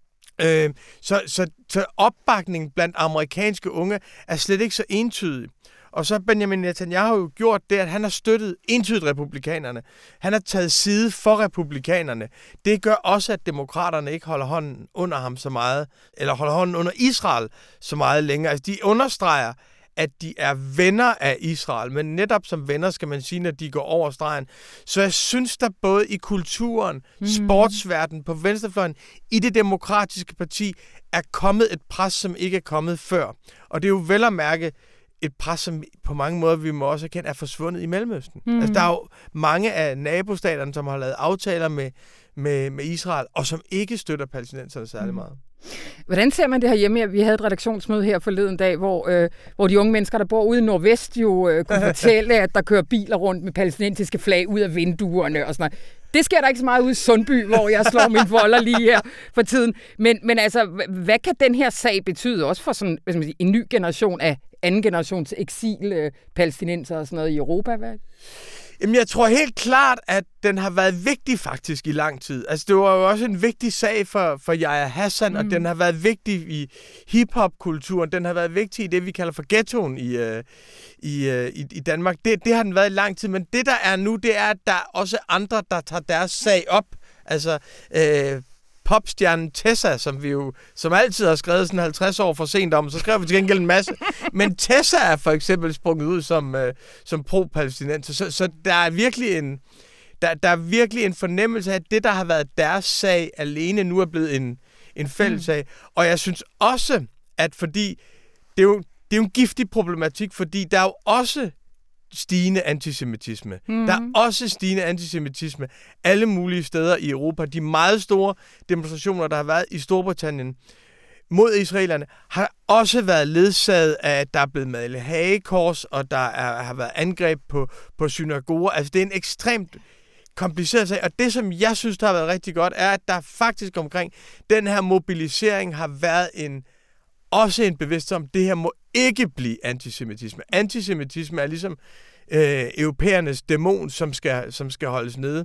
Speaker 4: Øh, så, så, så opbakningen blandt amerikanske unge er slet ikke så entydig. Og så har Benjamin Netanyahu gjort det, at han har støttet entydigt republikanerne. Han har taget side for republikanerne. Det gør også, at demokraterne ikke holder hånden under ham så meget, eller holder hånden under Israel så meget længere. Altså, de understreger, at de er venner af Israel, men netop som venner skal man sige, når de går over stregen. Så jeg synes, der både i kulturen, mm. sportsverdenen, på venstrefløjen, i det demokratiske parti, er kommet et pres, som ikke er kommet før. Og det er jo vel at mærke et pres, som på mange måder, vi må også erkende, er forsvundet i Mellemøsten. Mm. Altså, der er jo mange af nabostaterne, som har lavet aftaler med, med, med Israel, og som ikke støtter palæstinenserne særlig meget.
Speaker 1: Hvordan ser man det her hjemme? Vi havde et redaktionsmøde her forleden dag, hvor, øh, hvor de unge mennesker, der bor ude i Nordvest, jo øh, kunne fortælle, at der kører biler rundt med palæstinensiske flag ud af vinduerne og sådan noget. Det sker der ikke så meget ude i Sundby, hvor jeg slår min folder lige her for tiden. Men, men altså, hvad kan den her sag betyde også for sådan, hvad skal man sige, en ny generation af anden generations eksil øh, palæstinenser og sådan noget i Europa? Hvad?
Speaker 4: Jamen, jeg tror helt klart, at den har været vigtig faktisk i lang tid. Altså, det var jo også en vigtig sag for, for Yahya Hassan, mm. og den har været vigtig i hip-hop-kulturen. Den har været vigtig i det, vi kalder for ghettoen i, øh, i, øh, i, i Danmark. Det, det har den været i lang tid, men det, der er nu, det er, at der er også andre, der tager deres sag op. Altså, øh, popstjernen Tessa, som vi jo som altid har skrevet sådan halvtreds år for sent om, så skrev vi til gengæld en masse. Men Tessa er for eksempel sprunget ud som, øh, som pro-palæstinenser. Så, så der er virkelig en der, der er virkelig en fornemmelse af, at det, der har været deres sag alene, nu er blevet en, en fælles sag. Mm. Og jeg synes også, at fordi det er, jo, det er jo en giftig problematik, fordi der er jo også stigende antisemitisme. Mm. Der er også stigende antisemitisme alle mulige steder i Europa. De meget store demonstrationer, der har været i Storbritannien mod israelerne, har også været ledsaget af, at der er blevet malet hagekors, og der er, har været angreb på, på synagoger. Altså, det er en ekstremt kompliceret sag, og det, som jeg synes, der har været rigtig godt, er, at der faktisk omkring den her mobilisering har været en også en bevidsthed om, at det her må ikke blive antisemitisme. Antisemitisme er ligesom øh, europæernes dæmon, som skal, som skal holdes nede.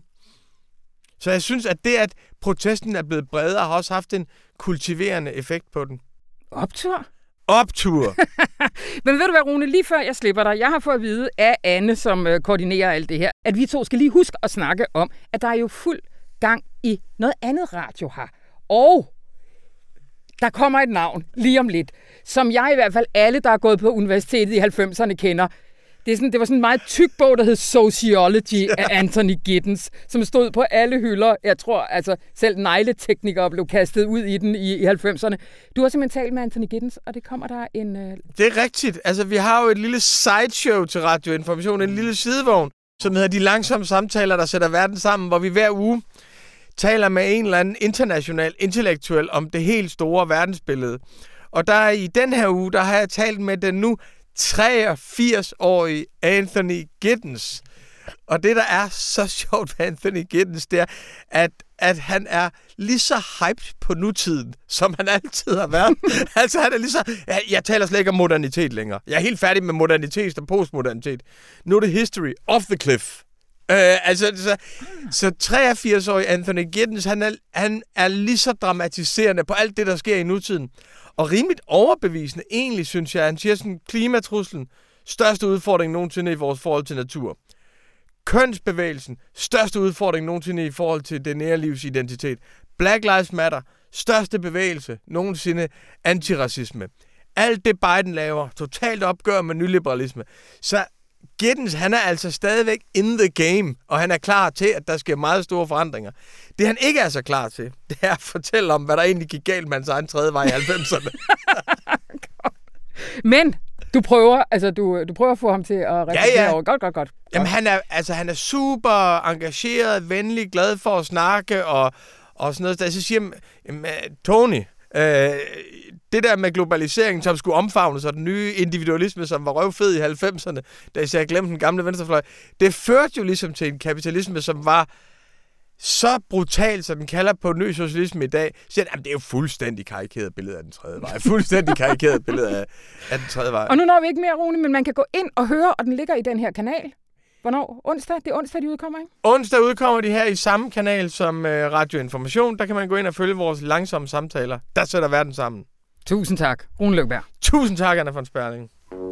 Speaker 4: Så jeg synes, at det, at protesten er blevet bredere, har også haft en kultiverende effekt på den.
Speaker 1: Optur?
Speaker 4: Optur!
Speaker 1: Men ved du hvad, Rune, lige før jeg slipper dig, jeg har fået at vide af Anne, som øh, koordinerer alt det her, at vi to skal lige huske at snakke om, at der er jo fuld gang i noget andet radio her. Og der kommer et navn lige om lidt, som jeg i hvert fald alle, der er gået på universitetet i halvfemserne, kender. Det, er sådan, det var sådan en meget tyk bog, der hed Sociology af Anthony Giddens, som stod på alle hylder. Jeg tror, altså selv negleteknikere blev kastet ud i den i, i halvfemserne. Du har simpelthen talt med Anthony Giddens, og det kommer der en... Øh...
Speaker 4: Det er rigtigt. Altså, vi har jo et lille sideshow til radioinformation, en lille sidevogn, som hedder De Langsomme Samtaler, der sætter verden sammen, hvor vi hver uge taler med en eller anden international intellektuel om det helt store verdensbillede. Og der i den her uge, der har jeg talt med den nu treogfirs-årige Anthony Giddens. Og det, der er så sjovt ved Anthony Giddens, det er, at, at han er lige så hyped på nutiden, som han altid har været. altså, han er lige så... Jeg, jeg taler slet ikke om modernitet længere. Jeg er helt færdig med modernitet og postmodernitet. Nu er det history off the cliff. Øh, altså, så, så treogfirs-årige Anthony Giddens, han er, han er lige så dramatiserende på alt det, der sker i nutiden. Og rimeligt overbevisende, egentlig, synes jeg, han siger sådan, klimatruslen, største udfordring nogensinde i vores forhold til natur. Kønsbevægelsen, største udfordring nogensinde i forhold til det nære livs identitet. Black Lives Matter, største bevægelse nogensinde, antiracisme. alt det Biden laver, totalt opgør med nyliberalisme, så Giddens, han er altså stadigvæk in the game, og han er klar til, at der sker meget store forandringer. Det han ikke er så klar til, det er at fortælle om, hvad der egentlig gik galt med hans egen tredje vej i halvfemserne.
Speaker 1: Men du prøver, altså du, du prøver at få ham til at reflektere
Speaker 4: ja, ja.
Speaker 1: over. Godt, godt, godt.
Speaker 4: Jamen han er, altså, han er super engageret, venlig, glad for at snakke, og, og sådan noget. Da jeg så siger, jamen, Tony, øh, det der med globaliseringen, som skulle omfavnes, og den nye individualisme, som var røvfed i halvfemserne, da jeg sagde, glemte den gamle venstrefløj, det førte jo ligesom til en kapitalisme, som var så brutal, som den kalder på ny socialisme i dag, siger han, det er jo fuldstændig karikeret billede af den tredje vej. Fuldstændig karikeret billede af, af den tredje vej.
Speaker 1: Og nu når vi ikke mere, Rune, men man kan gå ind og høre, og den ligger i den her kanal. Hvornår? Onsdag? Det er onsdag, de udkommer, ikke?
Speaker 4: Onsdag udkommer de her i samme kanal som øh, Radio Information. Der kan man gå ind og følge vores langsomme samtaler. Der sætter verden sammen.
Speaker 1: Tusind tak, Rune Løkberg.
Speaker 4: Tusind tak, Anna von Sperling.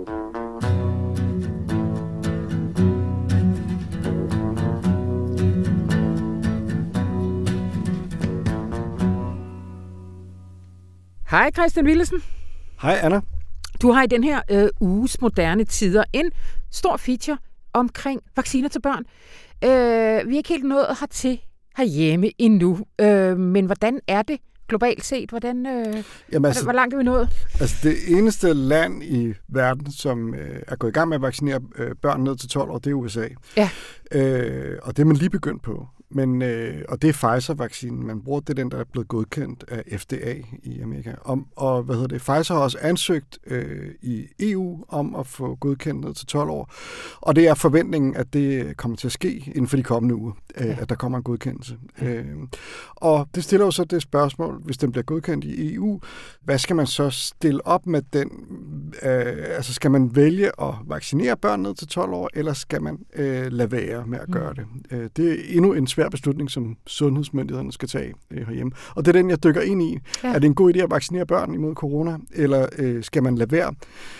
Speaker 1: Hej Christian Willesen.
Speaker 2: Hej Anna.
Speaker 1: Du har i den her øh, uges moderne tider en stor feature omkring vacciner til børn. Øh, vi er ikke helt nået hertil herhjemme endnu, øh, men hvordan er det globalt set? Hvordan, øh,
Speaker 5: Jamen, altså,
Speaker 1: hvor langt er vi nået?
Speaker 5: Altså det eneste land i verden, som øh, er gået i gang med at vaccinere øh, børn ned til tolv år, det er U S A.
Speaker 1: Ja.
Speaker 5: Øh, og det er man lige begyndt på. Men, øh, og det er Pfizer-vaccinen, man bruger. Det er den, der er blevet godkendt af F D A i Amerika. Om, og hvad hedder det? Pfizer har også ansøgt øh, i E U om at få godkendt ned til tolv år. Og det er forventningen, at det kommer til at ske inden for de kommende uger, øh, ja. at der kommer en godkendelse. Ja. Øh, og det stiller jo så det spørgsmål, hvis den bliver godkendt i E U, hvad skal man så stille op med den? Øh, altså skal man vælge at vaccinere børn ned til tolv år, eller skal man øh, lade være med at gøre det? Øh, det er endnu en svær beslutning, som sundhedsmyndighederne skal tage øh, herhjemme. Og det er den, jeg dykker ind i. Ja. Er det en god idé at vaccinere børn imod corona, eller øh, skal man lade være?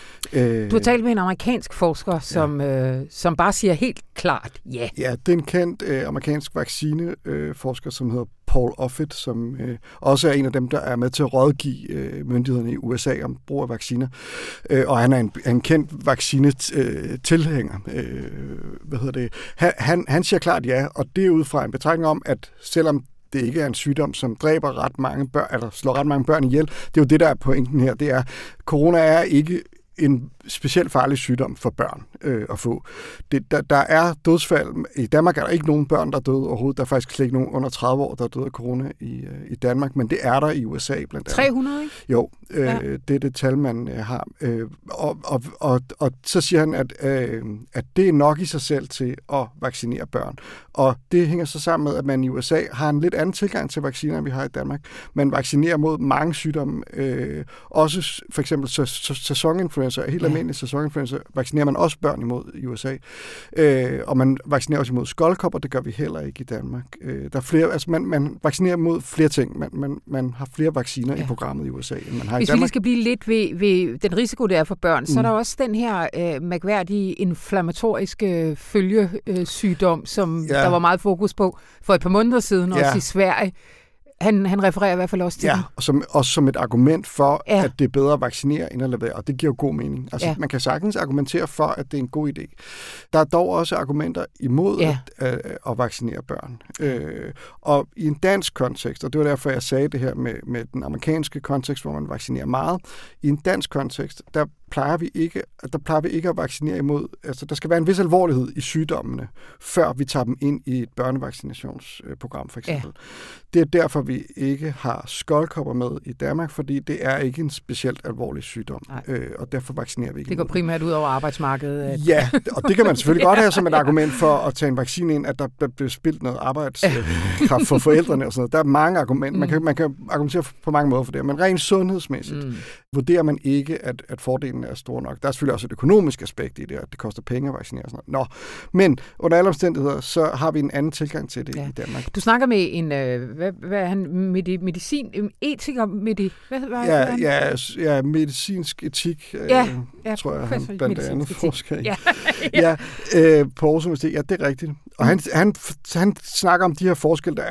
Speaker 5: Øh,
Speaker 1: du har talt med en amerikansk forsker, som, ja. øh, som bare siger helt klart ja.
Speaker 5: Ja, det er en kendt øh, amerikansk vaccineforsker, øh, som hedder Paul Offit, som øh, også er en af dem, der er med til at rådgive øh, myndighederne i U S A om brug af vacciner. Øh, og han er en, en kendt vaccinetilhænger. Øh, hvad hedder det? Han, han, han siger klart ja, og det er ud fra en betragtning om, at selvom det ikke er en sygdom, som dræber ret mange børn, eller slår ret mange børn ihjel, det er jo det, der er pointen her. Det er, corona er ikke en specielt farlig sygdom for børn øh, at få. Det, der, der er dødsfald. I Danmark er der ikke nogen børn, der er døde overhovedet. Der er faktisk slet ikke nogen under tredive år, der er døde af corona i, øh, i Danmark, men det er der i U S A blandt andet.
Speaker 1: tre hundrede, ikke?
Speaker 5: Jo, øh, ja. det er det tal, man øh, har. Øh, og, og, og, og så siger han, at, øh, at det er nok i sig selv til at vaccinere børn. Og det hænger så sammen med, at man i U S A har en lidt anden tilgang til vacciner, end vi har i Danmark. Man vaccinerer mod mange sygdomme. Øh, også for eksempel sæsoninfluenza, helt almindelig sæsoninfluenza, vaccinerer man også børn imod i U S A. Øh, og man vaccinerer også imod skoldkopper, det gør vi heller ikke i Danmark. Øh, der er flere, altså man, man vaccinerer mod flere ting. Man, man, man har flere vacciner ja. i programmet i U S A, end man har
Speaker 1: Hvis
Speaker 5: i Danmark.
Speaker 1: Hvis vi skal blive lidt ved, ved den risiko, der er for børn, mm. så er der også den her øh, mærkværdige inflammatoriske følgesygdom, som ja. der var meget fokus på for et par måneder siden, ja. også i Sverige. Han, han refererer i hvert fald også til
Speaker 5: ja,
Speaker 1: den.
Speaker 5: og som, også som et argument for,
Speaker 1: ja.
Speaker 5: at det er bedre at vaccinere end at lade være, og det giver jo god mening. Altså, ja. man kan sagtens argumentere for, at det er en god idé. Der er dog også argumenter imod ja. at, at, at vaccinere børn. Øh, og i en dansk kontekst, og det var derfor, jeg sagde det her med, med den amerikanske kontekst, hvor man vaccinerer meget, i en dansk kontekst, der plejer vi ikke, der plejer vi ikke at vaccinere imod, altså der skal være en vis alvorlighed i sygdommene, før vi tager dem ind i et børnevaccinationsprogram, for eksempel. Ja. Det er derfor, vi ikke har skoldkopper med i Danmark, fordi det er ikke en specielt alvorlig sygdom, øh, og derfor vaccinerer vi ikke.
Speaker 1: Det går primært ud over arbejdsmarkedet. At...
Speaker 5: Ja, og det kan man selvfølgelig godt have som et argument for at tage en vaccine ind, at der bliver spildt noget arbejdskraft for forældrene og sådan noget. Der er mange argumenter. Man kan, man kan argumentere på mange måder for det, men rent sundhedsmæssigt mm. vurderer man ikke, at, at fordelen er stor nok. Der er selvfølgelig også et økonomisk aspekt i det, at det koster penge at vaccinere og sådan noget. Nå, men under alle omstændigheder, så har vi en anden tilgang til det ja. i Danmark.
Speaker 1: Du snakker med en, øh, hvad, hvad er han, medi, medicin, etiker, medi, hvad, hvad
Speaker 5: ja, er han? Ja, ja, medicinsk etik,
Speaker 1: ja,
Speaker 5: øh,
Speaker 1: ja,
Speaker 5: tror jeg, han blandt andet forsker i.
Speaker 1: Ja,
Speaker 5: ja. ja øh, på Aarhus Universitet, ja, det er rigtigt. Og mm. han, han, han snakker om de her forskelle, der er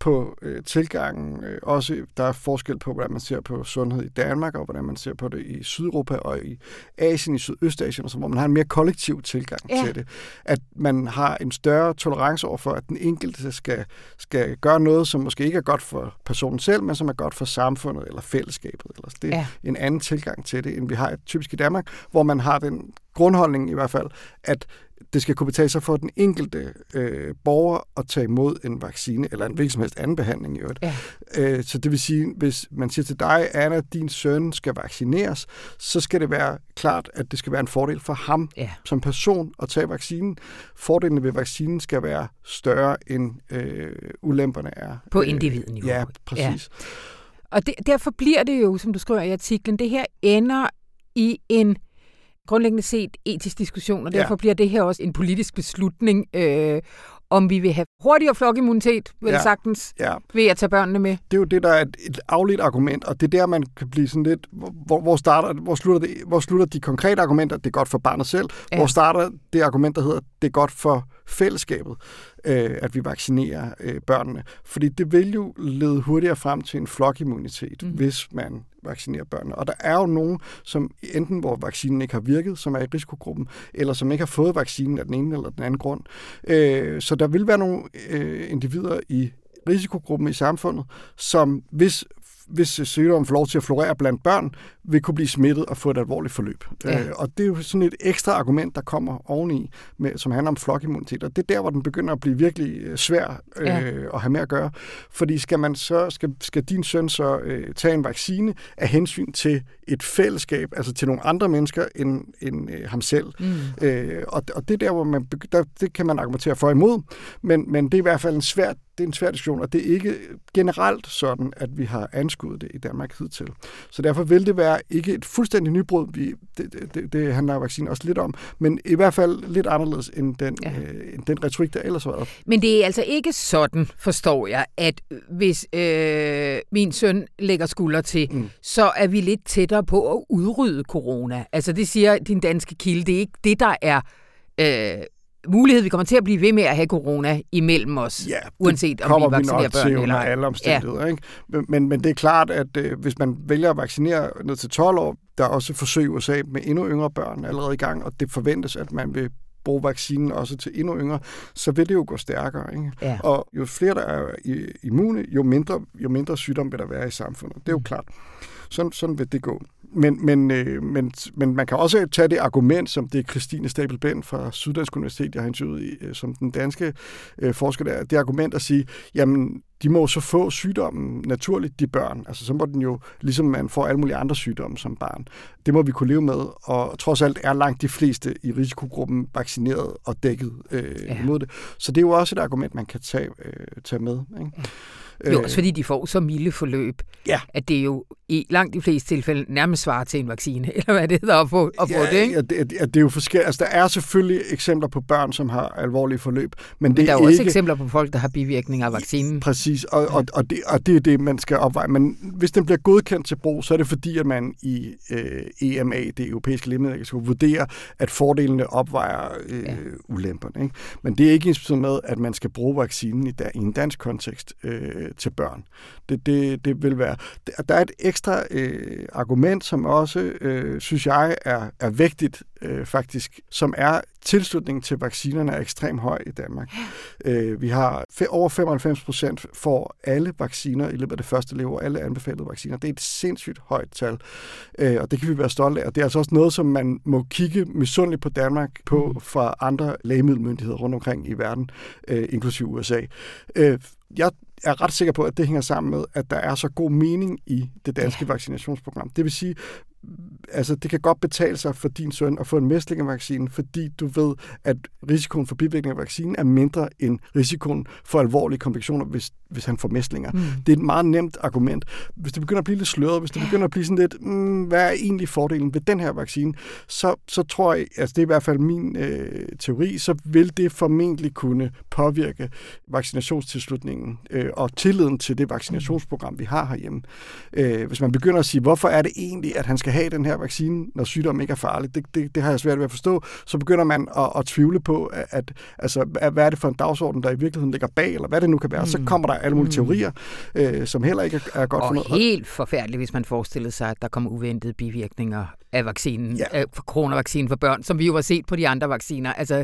Speaker 5: på øh, tilgangen. Øh, også der er forskel på, hvordan man ser på sundhed i Danmark, og hvordan man ser på det i Sydeuropa og i Asien, i Sydøstasien, og så, hvor man har en mere kollektiv tilgang ja. til det. At man har en større tolerance overfor, at den enkelte skal, skal gøre noget, som måske ikke er godt for personen selv, men som er godt for samfundet eller fællesskabet. Eller det er ja. en anden tilgang til det, end vi har typisk i Danmark, hvor man har den grundholdning i hvert fald, at det skal kunne betale sig for den enkelte øh, borger at tage imod en vaccine eller en hvilken som helst anden behandling i øvrigt. Ja. Øh, så det vil sige, hvis man siger til dig, Anna, din søn skal vaccineres, så skal det være klart, at det skal være en fordel for ham ja. som person at tage vaccinen. Fordelene ved vaccinen skal være større, end øh, ulemperne er.
Speaker 1: På individniveau.
Speaker 5: Ja, præcis. Ja.
Speaker 1: Og det, derfor bliver det jo, som du skriver i artiklen, det her ender i en grundlæggende set etisk diskussion, og derfor ja. bliver det her også en politisk beslutning, øh, om vi vil have hurtigere flokimmunitet, vel ja. sagtens, ja. ved at tage børnene med.
Speaker 5: Det er jo det, der er et, et afledt argument, og det er der, man kan blive sådan lidt, hvor, hvor, starter, hvor, slutter, det, hvor slutter de konkrete argumenter, det er godt for barnet selv, ja. hvor starter det argument, der hedder, det er godt for fællesskabet, øh, at vi vaccinerer øh, børnene. Fordi det vil jo lede hurtigere frem til en flokimmunitet, mm. hvis man vaccinerer børnene. Og der er jo nogen, som enten hvor vaccinen ikke har virket, som er i risikogruppen, eller som ikke har fået vaccinen af den ene eller den anden grund. Øh, så der vil være nogle øh, individer i risikogruppen i samfundet, som hvis hvis sygdommen får lov til at florere blandt børn, vil kunne blive smittet og få et alvorligt forløb. Ja. Øh, og det er jo sådan et ekstra argument, der kommer oveni, med, som handler om flokimmunitet. Og det er der, hvor den begynder at blive virkelig svær øh, ja. at have med at gøre. Fordi skal man så skal, skal din søn så øh, tage en vaccine af hensyn til et fællesskab, altså til nogle andre mennesker end, end øh, ham selv. Mm. Øh, og, og det er der, hvor man der, det kan man argumentere for imod, men, men det er i hvert fald en svær det er en svær diskussion, og det er ikke generelt sådan, at vi har anskuet det i Danmark hidtil. Så derfor vil det være ikke et fuldstændig nybrud, vi, det, det, det handler vaccinen også lidt om, men i hvert fald lidt anderledes end den, ja. øh, end den retorik, der ellers har været.
Speaker 1: Men det er altså ikke sådan, forstår jeg, at hvis øh, min søn lægger skulder til, mm. så er vi lidt tættere på at udrydde corona. Altså det siger din danske kilde, det er ikke det, der er Øh, mulighed, vi kommer til at blive ved med at have corona imellem os, ja, uanset om vi vaccinerer børn eller
Speaker 5: under alle omstændigheder. Ja. Ikke? Men, men det er klart, at øh, hvis man vælger at vaccinere ned til tolv år, der er også forsøg i U S A med endnu yngre børn allerede i gang, og det forventes, at man vil bruge vaccinen også til endnu yngre, så vil det jo gå stærkere. Ikke? Ja. Og jo flere der er immune, jo mindre, jo mindre sygdom vil der være i samfundet. Det er jo klart. Sådan, sådan vil det gå. Men, men, øh, men, men man kan også tage det argument, som det er Christine Stabel-Bend fra Syddansk Universitet, jeg har interviewet i, øh, som den danske øh, forsker der, det argument at sige, jamen, de må så få sygdommen naturligt, de børn. Altså, så må den jo, ligesom man får alle mulige andre sygdomme som barn. Det må vi kunne leve med, og trods alt er langt de fleste i risikogruppen vaccineret og dækket øh, ja. imod det. Så det er jo også et argument, man kan tage, øh, tage med, ikke?
Speaker 1: Ja. Jo, også fordi de får så milde forløb,
Speaker 5: ja.
Speaker 1: at det jo i langt de fleste tilfælde nærmest svarer til en vaccine, eller hvad det hedder at få, at
Speaker 5: ja,
Speaker 1: få det, ikke?
Speaker 5: Ja, det, det er jo forskelligt. Altså, der er selvfølgelig eksempler på børn, som har alvorlige forløb, men,
Speaker 1: men
Speaker 5: det
Speaker 1: der er
Speaker 5: jo
Speaker 1: jo også
Speaker 5: ikke
Speaker 1: eksempler på folk, der har bivirkninger af vaccinen.
Speaker 5: Præcis, og, og, og, det, og det er det, man skal opveje. Men hvis den bliver godkendt til brug, så er det fordi, at man i øh, E M A, det europæiske lægemiddelagentskab, vurderer, at fordelene opvejer øh, ja. ulemperne. Ikke? Men det er ikke ensbetydende med, at man skal bruge vaccinen i, der, i en dansk kontekst øh, til børn. Det, det, det vil være. Der er et ekstra øh, argument, som også, øh, synes jeg, er, er vigtigt øh, faktisk, som er tilslutningen til vaccinerne er ekstremt høj i Danmark. Øh, vi har fe- over femoghalvfems procent for alle vacciner i løbet af det første leveår, alle anbefalede vacciner. Det er et sindssygt højt tal, øh, og det kan vi være stolte af. Det er altså også noget, som man må kigge misundeligt på Danmark på fra andre lægemiddelmyndigheder rundt omkring i verden, øh, inklusive U S A. Øh, jeg er ret sikker på, at det hænger sammen med, at der er så god mening i det danske ja. vaccinationsprogram. Det vil sige, altså det kan godt betale sig for din søn at få en mæslingevaccine, fordi du ved, at risikoen for bivirkning af vaccinen er mindre end risikoen for alvorlige komplikationer, hvis, hvis han får mæslinger. Mm. Det er et meget nemt argument. Hvis det begynder at blive lidt sløret, hvis det begynder at blive sådan lidt, mm, hvad er egentlig fordelen ved den her vaccine, så, så tror jeg, altså det er i hvert fald min øh, teori, så vil det formentlig kunne påvirke vaccinationstilslutningen øh, og tilliden til det vaccinationsprogram, vi har herhjemme. Øh, hvis man begynder at sige, hvorfor er det egentlig, at han skal have den her vaccine, når sygdommen ikke er farlig. Det, det, det har jeg svært ved at forstå. Så begynder man at, at tvivle på, at, at altså, hvad er det for en dagsorden, der i virkeligheden ligger bag, eller hvad det nu kan være. Mm. Så kommer der alle mulige mm. teorier, øh, som heller ikke er, er godt
Speaker 1: og
Speaker 5: for noget.
Speaker 1: Og helt forfærdeligt, hvis man forestillede sig, at der kommer uventede bivirkninger af vaccinen, ja. af coronavaccinen for børn, som vi jo har set på de andre vacciner. Altså,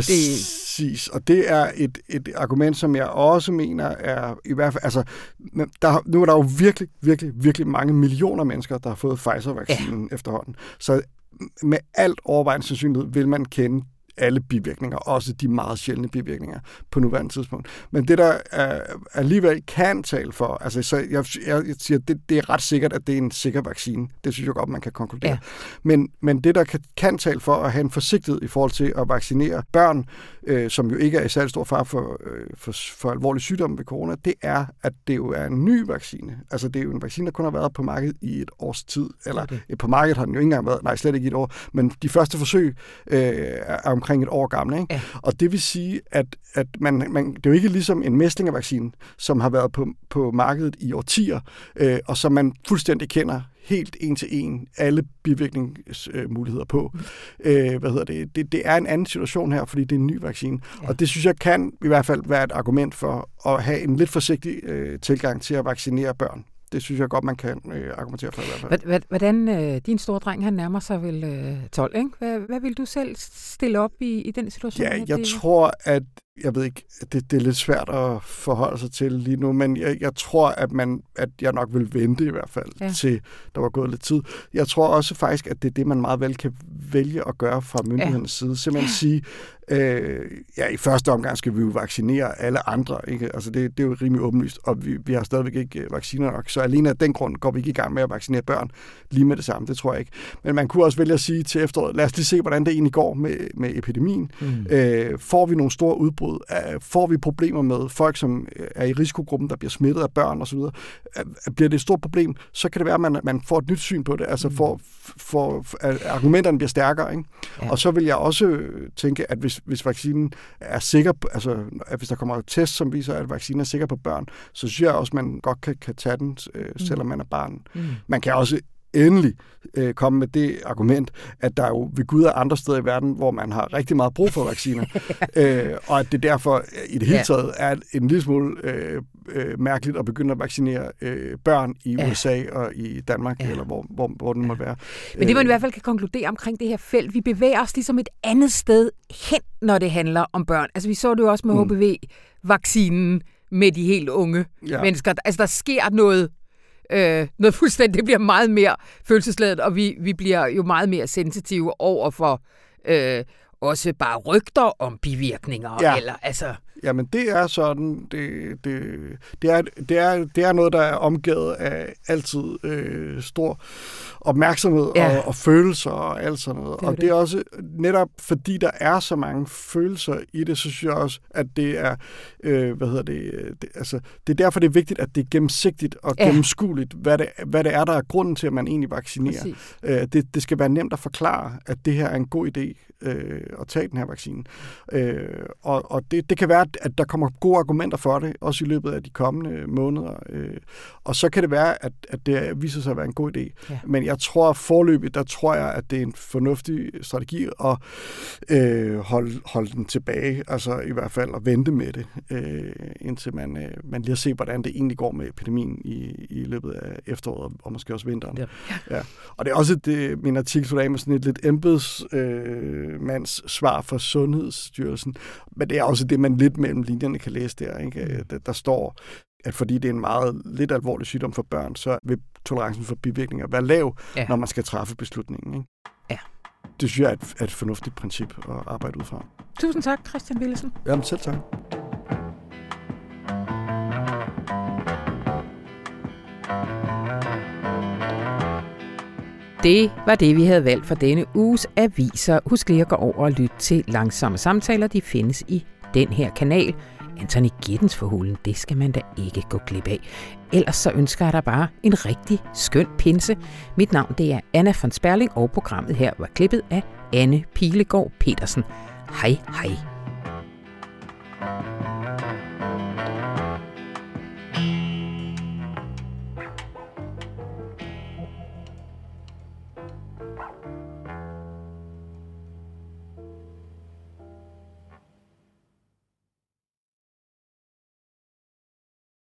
Speaker 5: Præcis, det... og det er et, et argument, som jeg også mener er, i hvert fald, altså, der, nu er der jo virkelig, virkelig, virkelig mange millioner mennesker, der har fået Pfizer-vaccinen ja. efterhånden. Så med alt overvejende sandsynlighed vil man kende alle bivirkninger, også de meget sjældne bivirkninger på nuværende tidspunkt. Men det, der er, alligevel kan tale for, altså så jeg, jeg siger, det, det er ret sikkert, at det er en sikker vaccine. Det synes jeg godt, man kan konkludere. Ja. Men, men det, der kan, kan tale for at have en forsigtighed i forhold til at vaccinere børn, øh, som jo ikke er i særlig stor fare for, øh, for, for alvorlig sygdom ved corona, det er, at det jo er en ny vaccine. Altså det er jo en vaccine, der kun har været på markedet i et års tid. Eller okay. på markedet har den jo ikke engang været, nej, slet ikke i et år, men de første forsøg øh, er omkring et år gamle. Ikke? Ja. Og det vil sige, at, at man, man, det er jo ikke ligesom en mæslingervaccine, som har været på, på markedet i årtier, øh, og som man fuldstændig kender helt en til en alle bivirkningsmuligheder på. Øh, hvad hedder det? Det, det er en anden situation her, fordi det er en ny vaccine. Ja. Og det synes jeg kan i hvert fald være et argument for at have en lidt forsigtig øh, tilgang til at vaccinere børn. Det synes jeg godt, man kan øh, argumentere for i hvert
Speaker 1: fald. Hvordan, øh, din store dreng, han nærmer sig vel øh, tolv, ikke? Hvad, hvad vil du selv stille op i, i den situation?
Speaker 5: Ja, jeg det... tror, at jeg ved ikke, det, det er lidt svært at forholde sig til lige nu, men jeg, jeg tror, at, man, at jeg nok vil vente i hvert fald, ja. til der var gået lidt tid. Jeg tror også faktisk, at det er det, man meget vel kan vælge at gøre fra myndighedernes ja. side. Simpelthen ja. sige, øh, ja, i første omgang skal vi jo vaccinere alle andre, ikke? Altså det, det er jo rimelig åbenlyst, og vi, vi har stadigvæk ikke vacciner nok, så alene af den grund går vi ikke i gang med at vaccinere børn lige med det samme, det tror jeg ikke. Men man kunne også vælge at sige til efteråret, lad os lige se, hvordan det egentlig går med, med epidemien. Mm. Øh, får vi nogle store udbrud? Får vi problemer med folk, som er i risikogruppen, der bliver smittet af børn osv., bliver det et stort problem, så kan det være, at man, man får et nyt syn på det, altså mm. for, for, at argumenterne bliver stærkere. Ikke? Ja. Og så vil jeg også tænke, at hvis, hvis vaccinen er sikker, altså at hvis der kommer test, som viser, at vaccinen er sikker på børn, så synes jeg også, at man godt kan, kan tage den, øh, selvom man er barn. Mm. Man kan også endelig øh, komme med det argument, at der jo ved Gud er andre steder i verden, hvor man har rigtig meget brug for vacciner, øh, og at det derfor i det hele taget er en lille smule øh, øh, mærkeligt at begynde at vaccinere øh, børn i ja. U S A og i Danmark, ja. eller hvor, hvor, hvor den ja. må være.
Speaker 1: Men det man i hvert fald kan konkludere omkring det her felt, vi bevæger os ligesom et andet sted hen, når det handler om børn. Altså vi så det jo også med mm. H P V-vaccinen med de helt unge ja. mennesker. Altså der sker noget Øh, noget fuldstændig, det bliver meget mere følelsesladet, og vi, vi bliver jo meget mere sensitive over for øh, også bare rygter om bivirkninger.
Speaker 5: Ja.
Speaker 1: Eller, altså...
Speaker 5: Jamen det er sådan, det, det, det, er, det, er, det er noget, der er omgivet af altid øh, stor opmærksomhed ja. og, og følelser og alt sådan noget. Det og det. det er også netop fordi, der er så mange følelser i det, så synes jeg også, at det er, øh, hvad hedder det, det, altså, det er derfor, det er vigtigt, at det er gennemsigtigt og ja. gennemskueligt, hvad det, hvad det er, der er grunden til, at man egentlig vaccinerer. Øh, det, det skal være nemt at forklare, at det her er en god idé øh, at tage den her vaccine. Øh, og og det, det kan være, at der kommer gode argumenter for det, også i løbet af de kommende måneder. Øh, og så kan det være, at, at det viser sig at være en god idé. Ja. Men jeg tror forløbigt, der tror jeg, at det er en fornuftig strategi at øh, holde, holde den tilbage, altså i hvert fald at vente med det, øh, indtil man, øh, man lige har set, hvordan det egentlig går med epidemien i, i løbet af efteråret, og måske også vinteren. Ja. Ja. Og det er også det, min artikel slutter af med sådan et lidt embedsmands øh, svar for Sundhedsstyrelsen, men det er også det, man lidt mellem linjerne kan læse der. Ikke? Der, der står, at fordi det er en meget lidt alvorlig sygdom for børn, så vil tolerancen for bivirkninger være lav, ja. når man skal træffe beslutningen. Ikke?
Speaker 1: Ja.
Speaker 5: Det synes jeg er et, er et fornuftigt princip at arbejde ud fra.
Speaker 1: Tusind tak, Christian Willesen.
Speaker 5: Jamen selv tak.
Speaker 1: Det var det, vi havde valgt for denne uges aviser. Husk lige at gå over og lytte til Langsomme Samtaler. De findes i den her kanal. Anthony Giddens Forhulen, det skal man da ikke gå glip af. Ellers så ønsker jeg dig bare en rigtig skøn pinse. Mit navn det er Anna von Sperling, og programmet her var klippet af Anne Pilegaard Petersen. Hej hej.